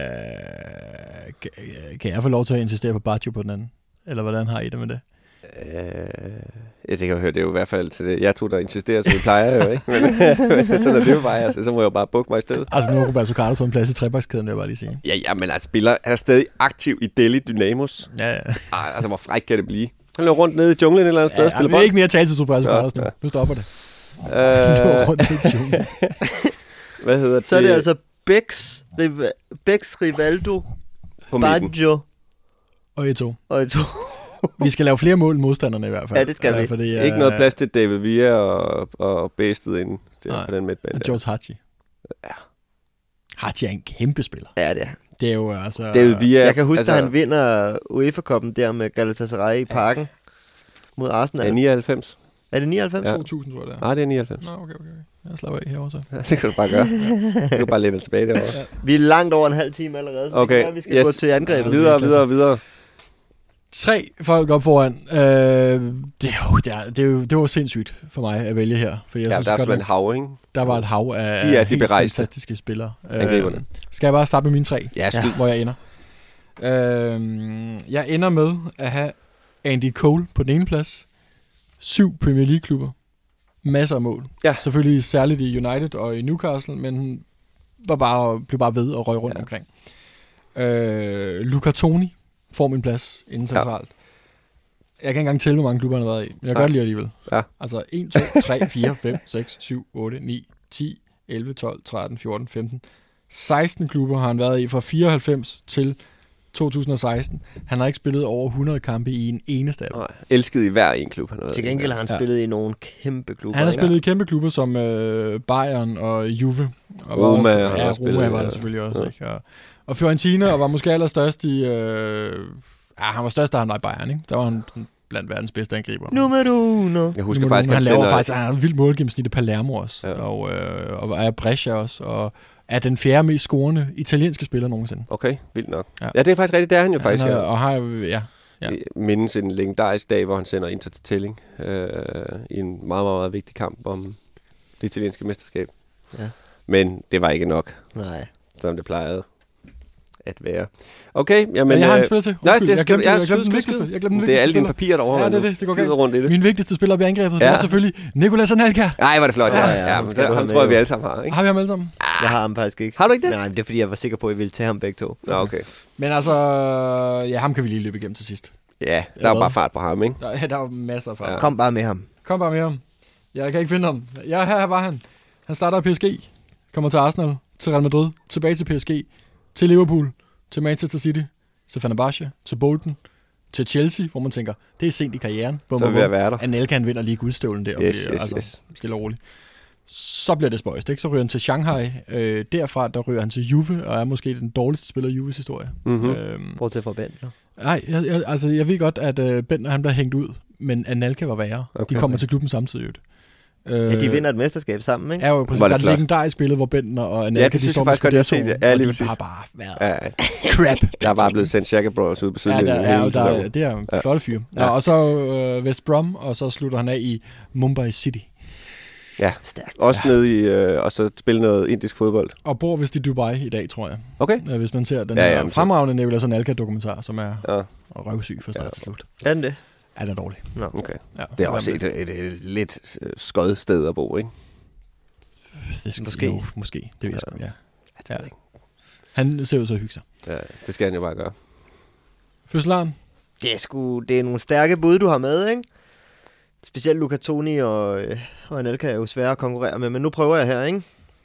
kan, kan jeg få lov til at insistere på Baggio på den anden? Eller hvordan har I det med det? Øh, jeg tænker, høre, det er jo i hvert fald til det. Jeg tror, der insisterer, som vi plejer jo, ikke? Men, men sådan er det jo bare, altså, så må jeg jo bare bukke mig i stedet. Altså nu er Roberto Carlos på en plads i trebakskæden, vil jeg bare lige sige. Ja, ja, men altså, spiller, han er stadig aktiv i Delhi Dynamos. Ja, ja. Ah, altså, hvor fræk kan det blive? Han løber rundt nede i junglen et eller andet sted Ja, og spiller ja, bold. ikke mere tale til Super Ja, ja, ja. Nu stopper det. Øh, Løber rundt nede i junglen. hvad hedder det? Så er det altså Bex, Riva- Bex Rivaldo, på midten. Banjo Og et to. og et to. Vi skal lave flere mål end modstanderne i hvert fald. Ja, det skal Ja, vi. Fordi, Ikke noget plads til David Villa og, og Bæsted inde der Nej. på den midtbane. Og der. George Hachi. Ja. Hachi er en kæmpe spiller. Ja, det er. Det er jo altså... David Villa... Jeg kan huske, altså, at han vinder UEFA-koppen der med Galatasaray i parken mod Er Arsenal. nioghalvfems? Er det nioghalvfems? Ja. to tusind, tror jeg det er. Nej, det er nioghalvfems. Nå, okay, okay. okay. Jeg slapper af herovre så. Ja, det kan du bare gøre. Du kan bare leve tilbage derovre. Ja. Vi er langt over en halv time allerede, så Okay, det kan være, vi skal yes. gå til angrebet. Videre, videre, videre. Tre folk op foran. Øh, det, er jo, det, er, det, er jo, det var sindssygt for mig at vælge her. For jeg Ja, synes der er godt, simpelthen at hav, ikke? der var et hav af De er de helt berejste. fantastiske spillere. Angriberne. Øh, skal jeg bare starte med mine tre? Ja, skyd. Hvor jeg ender. Øh, jeg ender med at have Andy Cole på den ene plads. Syv Premier League-klubber. Masser af mål. Ja. Selvfølgelig særligt i United og i Newcastle, men var bare, blev bare ved og røg rundt Ja. ja. omkring. Øh, Luca Toni får min plads inden centralt. Jeg kan ikke engang tælle, hvor mange klubber han har været i. Men jeg gør Nej. det lige alligevel. Ja. Altså en, to, tre, fire, fem, seks, syv, otte, ni, ti, elleve, tolv, tretten, fjorten, femten. seksten klubber har han været i fra fireoghalvfems til to tusind og seksten. Han har ikke spillet over hundrede kampe i en eneste af dem. Nej, elsket i hver en klub, han har været Til i. gengæld har han Ja. spillet i nogle kæmpe klubber. Han har ikke? spillet i kæmpe klubber som øh, Bayern og Juve. Og Roma var har også, han ja, også Roma spillet i, var ja. det selvfølgelig også. Ja. Ikke? Og, og Fiorentina og var måske allerstørst i... Øh, ja, han var størst, da han var i Bayern. Ikke? Der var han blandt verdens bedste angriber. Nummer uno. Jeg husker Nu må faktisk, du- han han laver sender... faktisk han har en vild målgennemsnit i Palermo også. Ja. Ja. Og, øh, og er Brescia også. Og er den fjerde mest scorende italienske spiller nogensinde. Okay, vildt nok. Ja. Ja. ja, det er faktisk rigtigt, det er han jo faktisk. han er, Ja. og har, ja, ja. Jeg mindes en legendarisk dag, hvor han sender Inter til tælling øh, i en meget, meget, meget vigtig kamp om det italienske mesterskab. Ja. Men det var ikke nok, Nej. som det plejede at være. Okay, jamen... Men jeg har en øh, spiller til. Nej, Undskyld, det jeg glemte, ja, jeg glemte skyd, den skyd, vigtigste. skyd. Jeg glemte den Det er vigtigste alle dine spiller. papirer derovre. Ja, det er nu. det. Det går Flyder galt. rundt i det. Min vigtigste spiller ved angrebet, ja. Ja. det er selvfølgelig Nicolas Anelka. Nej, var det flot. Ja, Ja, ja, ja, ja, ham men skal der, du have ham med, tror jeg, vi jo. alle sammen har, ikke? Har vi ham alle sammen? Jeg har ham faktisk ikke. Har du ikke det? Nej, men det er fordi, jeg var sikker på, at I ville tage ham begge to. Nå, okay. Men altså, ja, ham kan vi lige løbe igennem til sidst. Ja, der Eller var hvad? bare fart på ham, ikke? Der, der var masser af fart. Ja. Ja. Kom bare med ham. Kom bare med ham. Jeg kan ikke finde ham. Ja, her var han. Han starter i P S G, kommer til Arsenal, til Real Madrid, tilbage til P S G, til Liverpool, til Manchester City, til Fenerbahce, til Bolton, til Chelsea, hvor man tænker, det er sent i karrieren. Bum, Så er bum, vi ved at bum. være der. Anelka, han vinder lige guldstøvlen der. og Yes, bliver, yes, altså, yes. Stille og roligt. Så bliver det spøjst, ikke? Så ryger han til Shanghai. Øh, derfra, der ryger han til Juve, og er måske den dårligste spiller i Juves historie. Mhm. Øhm, Bortset fra Ben. jo. Nej, jeg, jeg, altså jeg ved godt, at øh, Bentner han bliver hængt ud, men Anelka var værre. Okay. De kommer til klubben samtidig. Øh, Ja, de vinder et mesterskab sammen, ikke? er jo præcis, Var der det er et flot? legendarisk billede, hvor Bentner og Anelka, Ja, det de synes står jeg med faktisk godt, jeg har set Scudettoen, det. Ja, og lige de præcis. har bare været Ja, crap. der er bare blevet sendt Shaka Bros ud på Ja, sidelinjen. der, ja, og der, er- det er en Ja. flotte fyr. Nå, Ja. og så øh, West Brom, og så slutter han af i Mumbai City. Ja, Stærkt. også nede i, øh, og så spille noget indisk fodbold. Og bor vist i Dubai i dag, tror jeg. Okay. Øh, Hvis man ser den Ja, ja, ja, her men så- fremragende Nicolas Anelka-dokumentar, som er Ja, røvsyg fra start Ja. til slut. Er den det? Ja, det er dårligt. Nå. okay. Ja, Det er også et, et, et, et lidt øh, skød sted at bo, ikke? Det skal, Måske. Jo, måske. Det ved jeg sgu, ja. det ja. ved jeg ikke. Han ser ud til at hygge sig. Ja, det skal han jo bare gøre. Fødselaren? Det er, sgu, det er nogle stærke bud, du har med, ikke? Specielt Luca Toni og, øh, og Anelka er jo svære at konkurrere med, men nu prøver jeg her, ikke?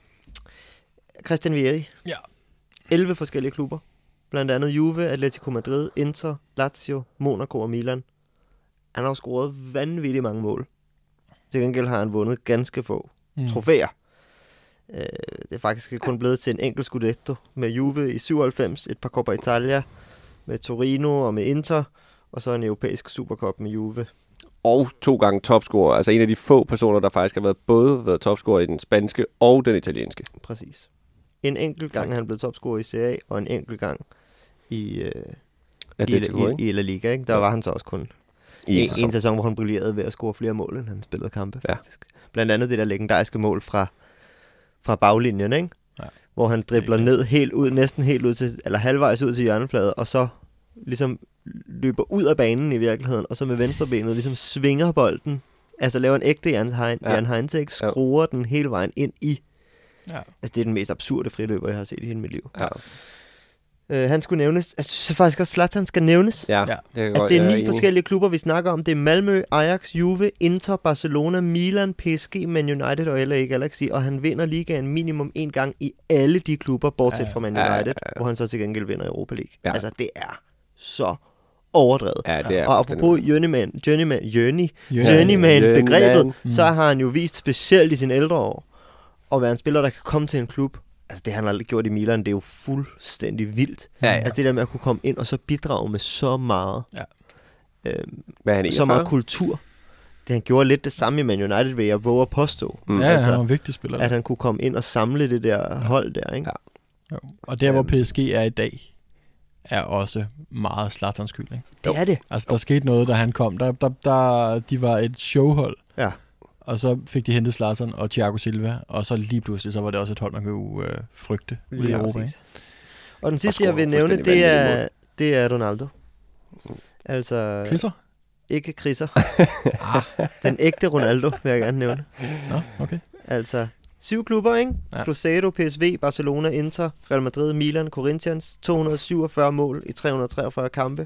Christian Vieri. Ja. elleve forskellige klubber. Blandt andet Juve, Atletico Madrid, Inter, Lazio, Monaco og Milan. Han har jo scoret vanvittigt mange mål. Til gengæld har han vundet ganske få Mm. trofæer. Øh, det er faktisk kun blevet til en enkelt Scudetto med Juve i syvoghalvfems, et par Coppa Italia med Torino og med Inter, og så en europæisk Supercup med Juve. Og to gange topscorer. Altså en af de få personer, der faktisk har været både været topscorer i den spanske og den italienske. Præcis. En enkelt gang er han blevet topscorer i Serie A, og en enkelt gang i, øh, i, Atletico, i, ikke? i La Liga. Ikke? Der var han så også kun I en en, sæson. en sæson, hvor han brillerede ved at score flere mål, end han spillede kampe, Ja. faktisk. Blandt andet det der legendariske mål fra, fra baglinjen, ikke? Ja. Hvor han dribler Det er ned helt ud, næsten helt ud til, eller halvvejs ud til hjørnefladet, og så ligesom løber ud af banen i virkeligheden, og så med venstrebenet ligesom svinger bolden, altså laver en ægte Jan Hein- Ja. Jan Heintek, skruer den hele vejen ind i. Ja. Altså det er den mest absurde friløber, jeg har set i hele mit liv. Ja. Øh, han skulle nævnes. Jeg synes faktisk også, Zlatan skal nævnes. Ja, Ja. det, kan Altså, godt, det er jeg ni enig. forskellige klubber, vi snakker om. Det er Malmø, Ajax, Juve, Inter, Barcelona, Milan, P S G, Man United og L A Galaxy. Og han vinder ligaen minimum en gang i alle de klubber, bortset Ja, fra Man ja, ja, United, ja. hvor han så til gengæld vinder Europa League. Ja. Altså, det er så overdrevet. Ja, det er Og apropos fuldstændig- journeyman, journeyman, journey, Journey- journeyman-begrebet, Journeyman. Mm. så har han jo vist specielt i sine ældre år at være en spiller, der kan komme til en klub. Altså det, han har gjort i Milan, det er jo fuldstændig vildt. Ja, ja. Altså det der med at kunne komme ind og så bidrage med så meget, Ja. øhm, Hvad er han, så meget enogfyrre? kultur. Det han gjorde lidt det samme i Man United, vil jeg våge at påstå. Mm. Ja, altså, han var en vigtig spiller. At han kunne komme ind og samle det der hold der, ikke? Ja. Jo. Og der, hvor P S G er i dag, er også meget Zlatans skyld, ikke? Det er det. Altså, der skete noget, da han kom. Der, der, der, de var et showhold, Ja. og så fik de hentet Zlatan og Thiago Silva, og så lige pludselig, så var det også et hold, man kunne øh, frygte ude i Lige Europa, præcis. ikke? Og den sidste, scorer jeg vil nævne, fuldstændig det er, vanvittigt det er Ronaldo. Altså, Kriser? ikke kriser. Den ægte Ronaldo, vil jeg gerne nævne. Nå, okay. Altså, syv klubber, ikke? Ja. Ja. Cruzeiro, P S V, Barcelona, Inter, Real Madrid, Milan, Corinthians. to hundrede syvogfyrre mål i tre hundrede treogfyrre kampe.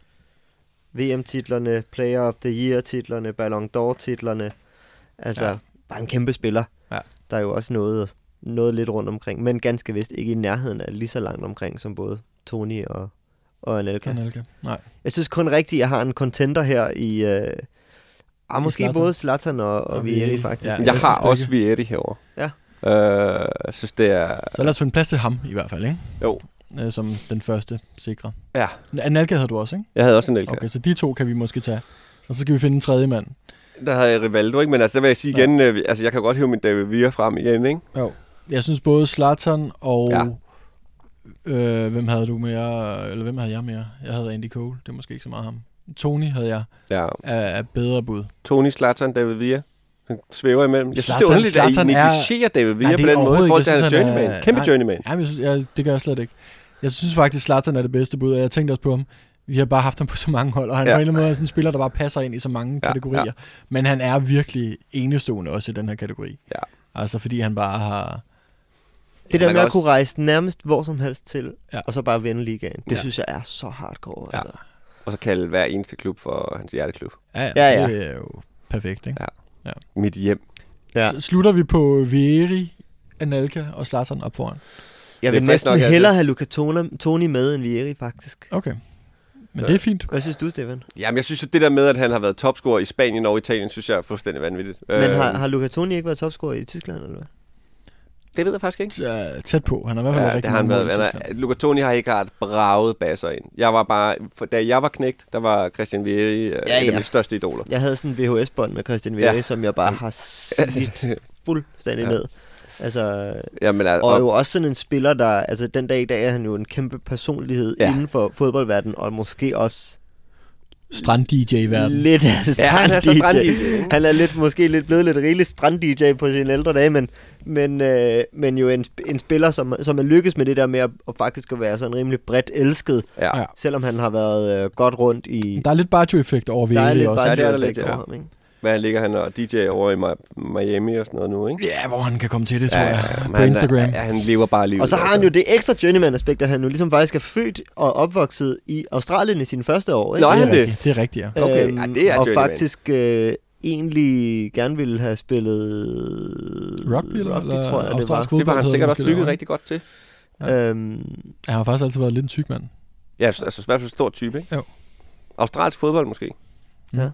V M-titlerne, Player of the Year-titlerne, Ballon d'Or-titlerne. Altså, Ja. ja. bare en kæmpe spiller. Ja. Der er jo også noget, noget lidt rundt omkring, men ganske vist ikke i nærheden af lige så langt omkring som både Toni og, og Anelka. Anelka. Nej. Jeg synes kun rigtigt, at jeg har en contender her i... Øh, ah, måske Zlatan. både Zlatan og, og, Og Vieri, Vieri, faktisk. ja. Jeg Jeg har synes også begge. Vieri herovre. Ja. Øh, jeg synes, det er... Så lad os finde plads til ham, i hvert fald, ikke? Jo. Øh, som den første sikre. Ja, Anelka havde du også, ikke? jeg havde også en Elka. Okay, så de to kan vi måske tage. Og så skal vi finde en tredje mand. Der havde jeg Rivaldo, ikke? Men altså, der vil jeg sige igen, øh, altså, jeg kan godt hive min David Villa frem igen, ikke? Jo. Jeg synes både Zlatan og... Ja. Øh, hvem havde du mere? Eller hvem havde jeg mere? Jeg havde Andy Cole. Det er måske ikke så meget ham. Tony havde jeg Ja. af, af bedre bud. Tony, Zlatan, David Villa. Han svæver imellem. Jeg synes, det er Zlatan- underligt, at I Zlatan er- negligerer David Villa Nej, på det er den måde, i overhovedet forhold ikke. til, at Jeg han er synes, han journeyman. er- Kæmpe nej. journeyman. Ja, men jeg synes, jeg, det gør jeg slet ikke. Jeg synes faktisk, Zlatan er det bedste bud, og jeg tænkte også på ham. Vi har bare haft ham på så mange hold, og han Ja. ja. på en eller anden måde er sådan en spiller, der bare passer ind i så mange Ja, kategorier. ja. Men han er virkelig enestående også i den her kategori. Ja. Altså fordi han bare har... Det der Man med kan at kunne også- rejse nærmest hvor som helst til, Ja. ja. og så bare vinde ligaen, det Ja. ja. synes jeg er så hardcore. Ja. Altså. Og så kalde hver eneste klub for hans hjerteklub. Ja, ja, Ja, ja. det er jo perfekt, ikke? Ja. Mit hjem. Ja. Så slutter vi på Vieri, Anelka og Zlatan op foran. Jeg Det er vil frisk næsten nok, at- hellere have Luca Toni- Toni med end Vieri, faktisk. Okay. Men Ja. det er fint. Hvad synes du, Stefan? Jamen, jeg synes jo, det der med, at han har været topscorer i Spanien og Italien, synes jeg er fuldstændig vanvittigt. Men Øh, har, har Luca Toni ikke været topscorer i Tyskland, eller hvad? Det ved jeg faktisk ikke. Så, tæt på. Han har i hvert fald Ja, rigtig det har han mange været. mål i Han er, Tyskland. Luca Toni har ikke ret braget basser ind. Jeg var bare, for, da jeg var knægt, der var Christian Vieri ja, Ja, ja. en af ja. mine største idoler. Jeg havde sådan en V H S-bånd med Christian Vieri, Ja. ja. som jeg bare har slidt fuldstændig Ja. ja. ned. Altså, Jamen, altså, og jo også sådan en spiller, der... Altså, den dag i dag er han jo en kæmpe personlighed Ja. ja. inden for fodboldverdenen, og måske også Strand-D J i verden. lidt af en ja, han er så strand-D J. strand-D J. Han er lidt, måske lidt blevet lidt rigeligt strand-D J på sine ældre dage, men, men, øh, men jo en, sp- en spiller, som, som er lykkes med det der med at, at faktisk at være sådan rimelig bredt elsket, Ja. Ja. selvom han har været øh, godt rundt i... Der er lidt Baggio-effekt over Der er Vieri lidt også. bare Ja, det er der effekt lidt, ja. over ham, ikke? Hvad ligger han og D J over i Mi- Miami og sådan noget nu, ikke? Ja, hvor han kan komme til det, tror Ja, jeg. men På han, Instagram. Ja, han lever bare livet. Og så har altså. han jo det ekstra journeyman-aspekt, at han jo ligesom faktisk er født og opvokset i Australien i sine første år, ikke? Nå, det, han er det? rigtigt, det er rigtigt, ja. Okay, Øhm, ja, det er og journeyman. faktisk øh, egentlig gerne ville have spillet Rugby, eller, rugby eller tror jeg, det var. australsk Det var fodbold han hedder sikkert det også måske bygget derovre. rigtig godt til. Ja. Øhm, Han har faktisk altid været lidt en syg mand. Ja, altså i hvert fald en stor type, ikke? Jo. Australsk fodbold måske. Ja.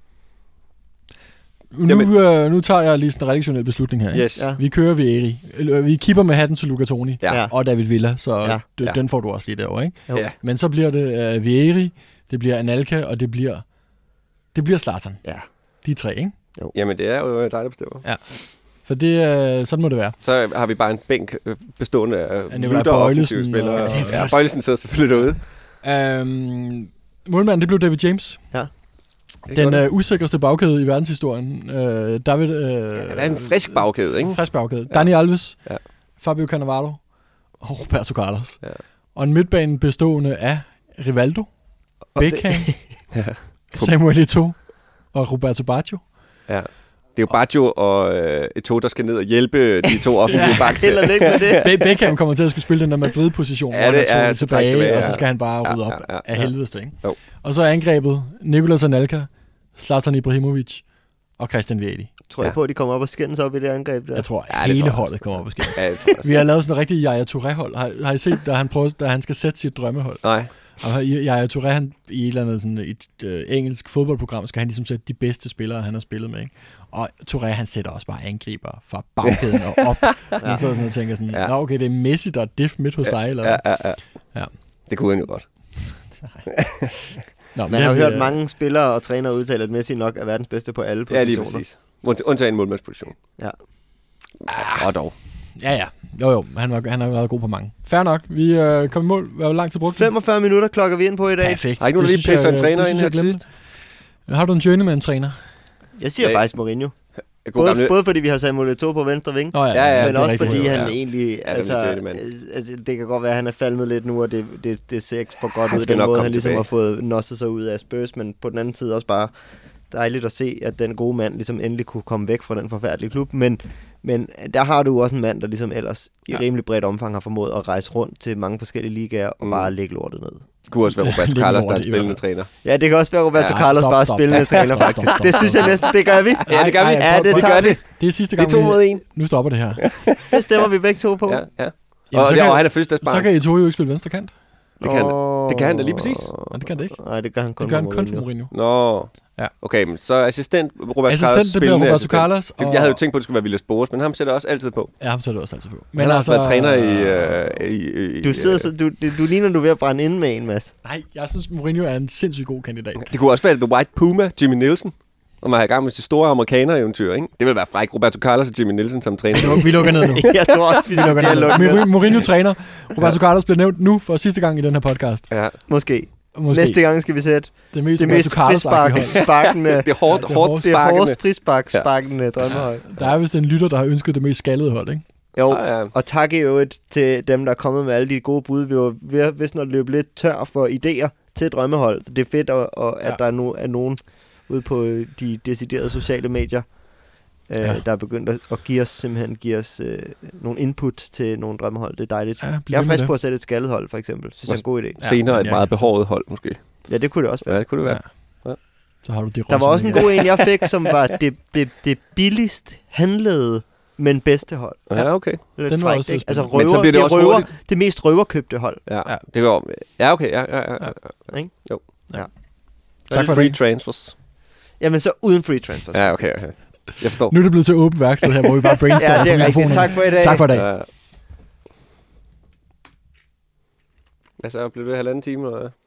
Nu, Jamen- øh, nu tager jeg lige sådan en redaktionel beslutning her. Ikke? Yes. Ja. Vi kører Vieri. Eller, Vi kipper med hatten til Luca Toni Ja. Ja. og David Villa, så Ja. d- Ja. den får du også lige derovre, ikke? Jo. Ja. Men så bliver det uh, Vieri, det bliver Anelka, og det bliver det bliver Zlatan. Ja. De tre, ikke? Jamen, det er jo dig, der bestemmer. For det, uh, sådan må det være. Så har vi bare en bænk øh, bestående af Ja, Nikolaj lytter og offensive Bøjlesen spillere. og- Og, ja, Bøjlesen sidder selvfølgelig derude. Um, målmanden, det blev David James. Den øh, uh, usikreste bagkæde i verdenshistorien. Uh, David... Uh, det er en frisk bagkæde, ikke? Frisk bagkæde. Dani Alves, Ja. Fabio Cannavaro og Roberto Carlos. Ja. Og en midtbane bestående af Rivaldo, Og det- Beckham, Ja. Samuel Eto'o og Roberto Baggio. Ja. Det er jo Baggio og øh, Eto'o, der skal ned og hjælpe de to offensive Ja, backs. heller ikke med det. Be- Beckham kommer til at skulle spille den der Madrid-position, Ja, hvor det han er er to så tilbage, tilbage, tilbage, ja. og så skal han bare rydde Ja, op ja, ja, af ja. helvedes, ikke? Jo. Og så er angrebet Nicolas Anelka, Zlatan Ibrahimovic og Christian Vieri. Tror jeg Ja. på, at de kommer op og skændes op i det angreb der? Jeg tror, Ja, det hele tror jeg. holdet kommer op og skændes. Ja, det tror jeg. Vi har lavet sådan en rigtig Yaya Touré-hold. Har, har I set, da han, prøver, da han skal sætte sit drømmehold? Nej. Og Yaya Touré, han, i et eller andet sådan et øh, engelsk fodboldprogram, skal han ligesom sætte de bedste spillere, han har spillet med, ikke? Og Touré, han sætter også bare angriber fra bagkæden og op. ja. Og så sådan og tænker sådan, Ja. nå okay, det er Messi, der er diff midt hos dig, eller Ja, ja, ja. Ja. Det kunne han jo godt. Nå, Man har jo det, hørt øh, mange spillere og trænere udtale, at Messi nok er verdens bedste på alle Ja, lige positioner. præcis. Und- Undtagen målmandsposition. Ja. Ah, og dog. Ja, ja. Jo, jo. Han, var, han har været god på mange. Fair nok. Vi øh, kom i mål. Hvor lang tid brugte vi? femogfyrre minutter klokker vi ind på i dag. Perfekt. Har ikke nogen, der Det lige synes pisser jeg- en træner det ind synes her jeg til glemte. sidst? Har du en journeyman-træner? Jeg siger Ja. faktisk Mourinho. God Både, gamle- både fordi vi har Samuel Eto'o på venstre ving, Nå, Ja, ja, men det er også rigtigt. fordi Ja. han egentlig, Ja, altså, det er det, mand. øh, altså, det kan godt være, at han er falmet lidt nu, og det, det, det ser ikke for godt Han ud, skal den nok måde, komme han ligesom tilbage. har fået nosset sig ud af Spurs, men på den anden side også bare dejligt at se, at den gode mand ligesom endelig kunne komme væk fra den forfærdelige klub, men, men der har du også en mand, der ligesom ellers i Ja. rimelig bredt omfang har formået at rejse rundt til mange forskellige ligaer og Mm. bare lægge lortet ned. Det kunne også være Roberto Lidt Carlos, der er lort en i spillende hvert træner. Ja, det kan også være Roberto Ja, Carlos stop, bare stop, spillende stop, træner stop, faktisk. stop, stop, Det synes jeg stop. næsten, det gør vi. Ja, det gør vi. Ja, det prøv- tager vi. Det er sidste Det er gang, to vi- mod en. Nu stopper det her. Det stemmer vi begge to på. Ja, ja. Jamen, Og, så det, kan- og han er fødselsdagsbarn. Så kan Eto'o jo ikke spille venstre kant. Det kan han- det kan han da lige præcis. Nej, det kan det ikke. Nej, det gør han kun Det gør han med kun for Mourinho. Mourinho. Nå. Ja. Okay, men så assistent Roberto Assistent, Carlos. det bliver spillende Roberto assistent. Carlos. Det- Jeg havde jo tænkt på, at det skulle være Villas Boas, men ham sætter også altid på. Ja, ham så er det også altid på. Men han har også været træner i... Øh, i, i Du sidder øh, så, du, du, du ligner, du er ved at brænde inde med en, Mads. Nej, jeg synes, Mourinho er en sindssygt god kandidat. Det kunne også være The White Puma, Jimmy Nielsen. Og man har i gang med sit store amerikaner-eventyr, ikke? Det vil være fræk, Roberto Carlos og Jimmy Nielsen som træner. Vi lukker- Vi lukker ned nu. Jeg tror også, vi Vi skal lukker til at ned lukke nu. ned. Mourinho- Mourinho træner. Roberto Carlos bliver nævnt nu for sidste gang i den her podcast. Ja. Måske. Måske. Næste gang skal vi sætte det mest, det mest Roberto Carlos-agtige frispark, hold. sparkende, Det er hårdt, Ja, det er hårdt hårdt. det er sparkende. hårdest frispark, sparkende drømmehold. Der er vist en lytter, der har ønsket det mest skaldede hold, ikke? Jo, Ja, ja. og tak i øvrigt til dem, der er kommet med alle de gode bud. Vi var ved, vist at løbe lidt tør for idéer til drømmehold. Så det er fedt, at, at Ja. der er, no, er nogen ude på de deciderede sociale medier, øh, Ja. der er begyndt at, at give os simpelthen give os øh, nogle input til nogle drømmehold. Det er dejligt. Ja, bliv Jeg er ved med frisk det. på at sætte et skaldet hold, for eksempel. Synes jeg er en god idé. Ja, Senere et ja, meget ja. behåret hold, måske. Ja, det kunne det også være. Ja, det kunne det være. Ja. Så har du de Der var også en god en, jeg fik, som var det, det, det billigst handlede, men bedste hold. Ja, okay. Lidt Den var frækt, også ikke? Altså spændende. Men så røver, bliver det det, også røver, hurtigt. det mest røverkøbte hold. Ja, Ja. det går. Ja, okay. Ja, ja, ja. ja. Ikke? Jo. Ja. Tak for free det. transfers. Jamen så uden free transfers. Ja, okay, okay. Jeg forstår. Nu er det blevet til åbent værksted her, hvor vi bare brainstormer Ja, det er på rigtigt. mikrofonerne. Tak for i dag. Tak for i dag. Ja. Hvad så? Blev det halvanden time, eller hvad?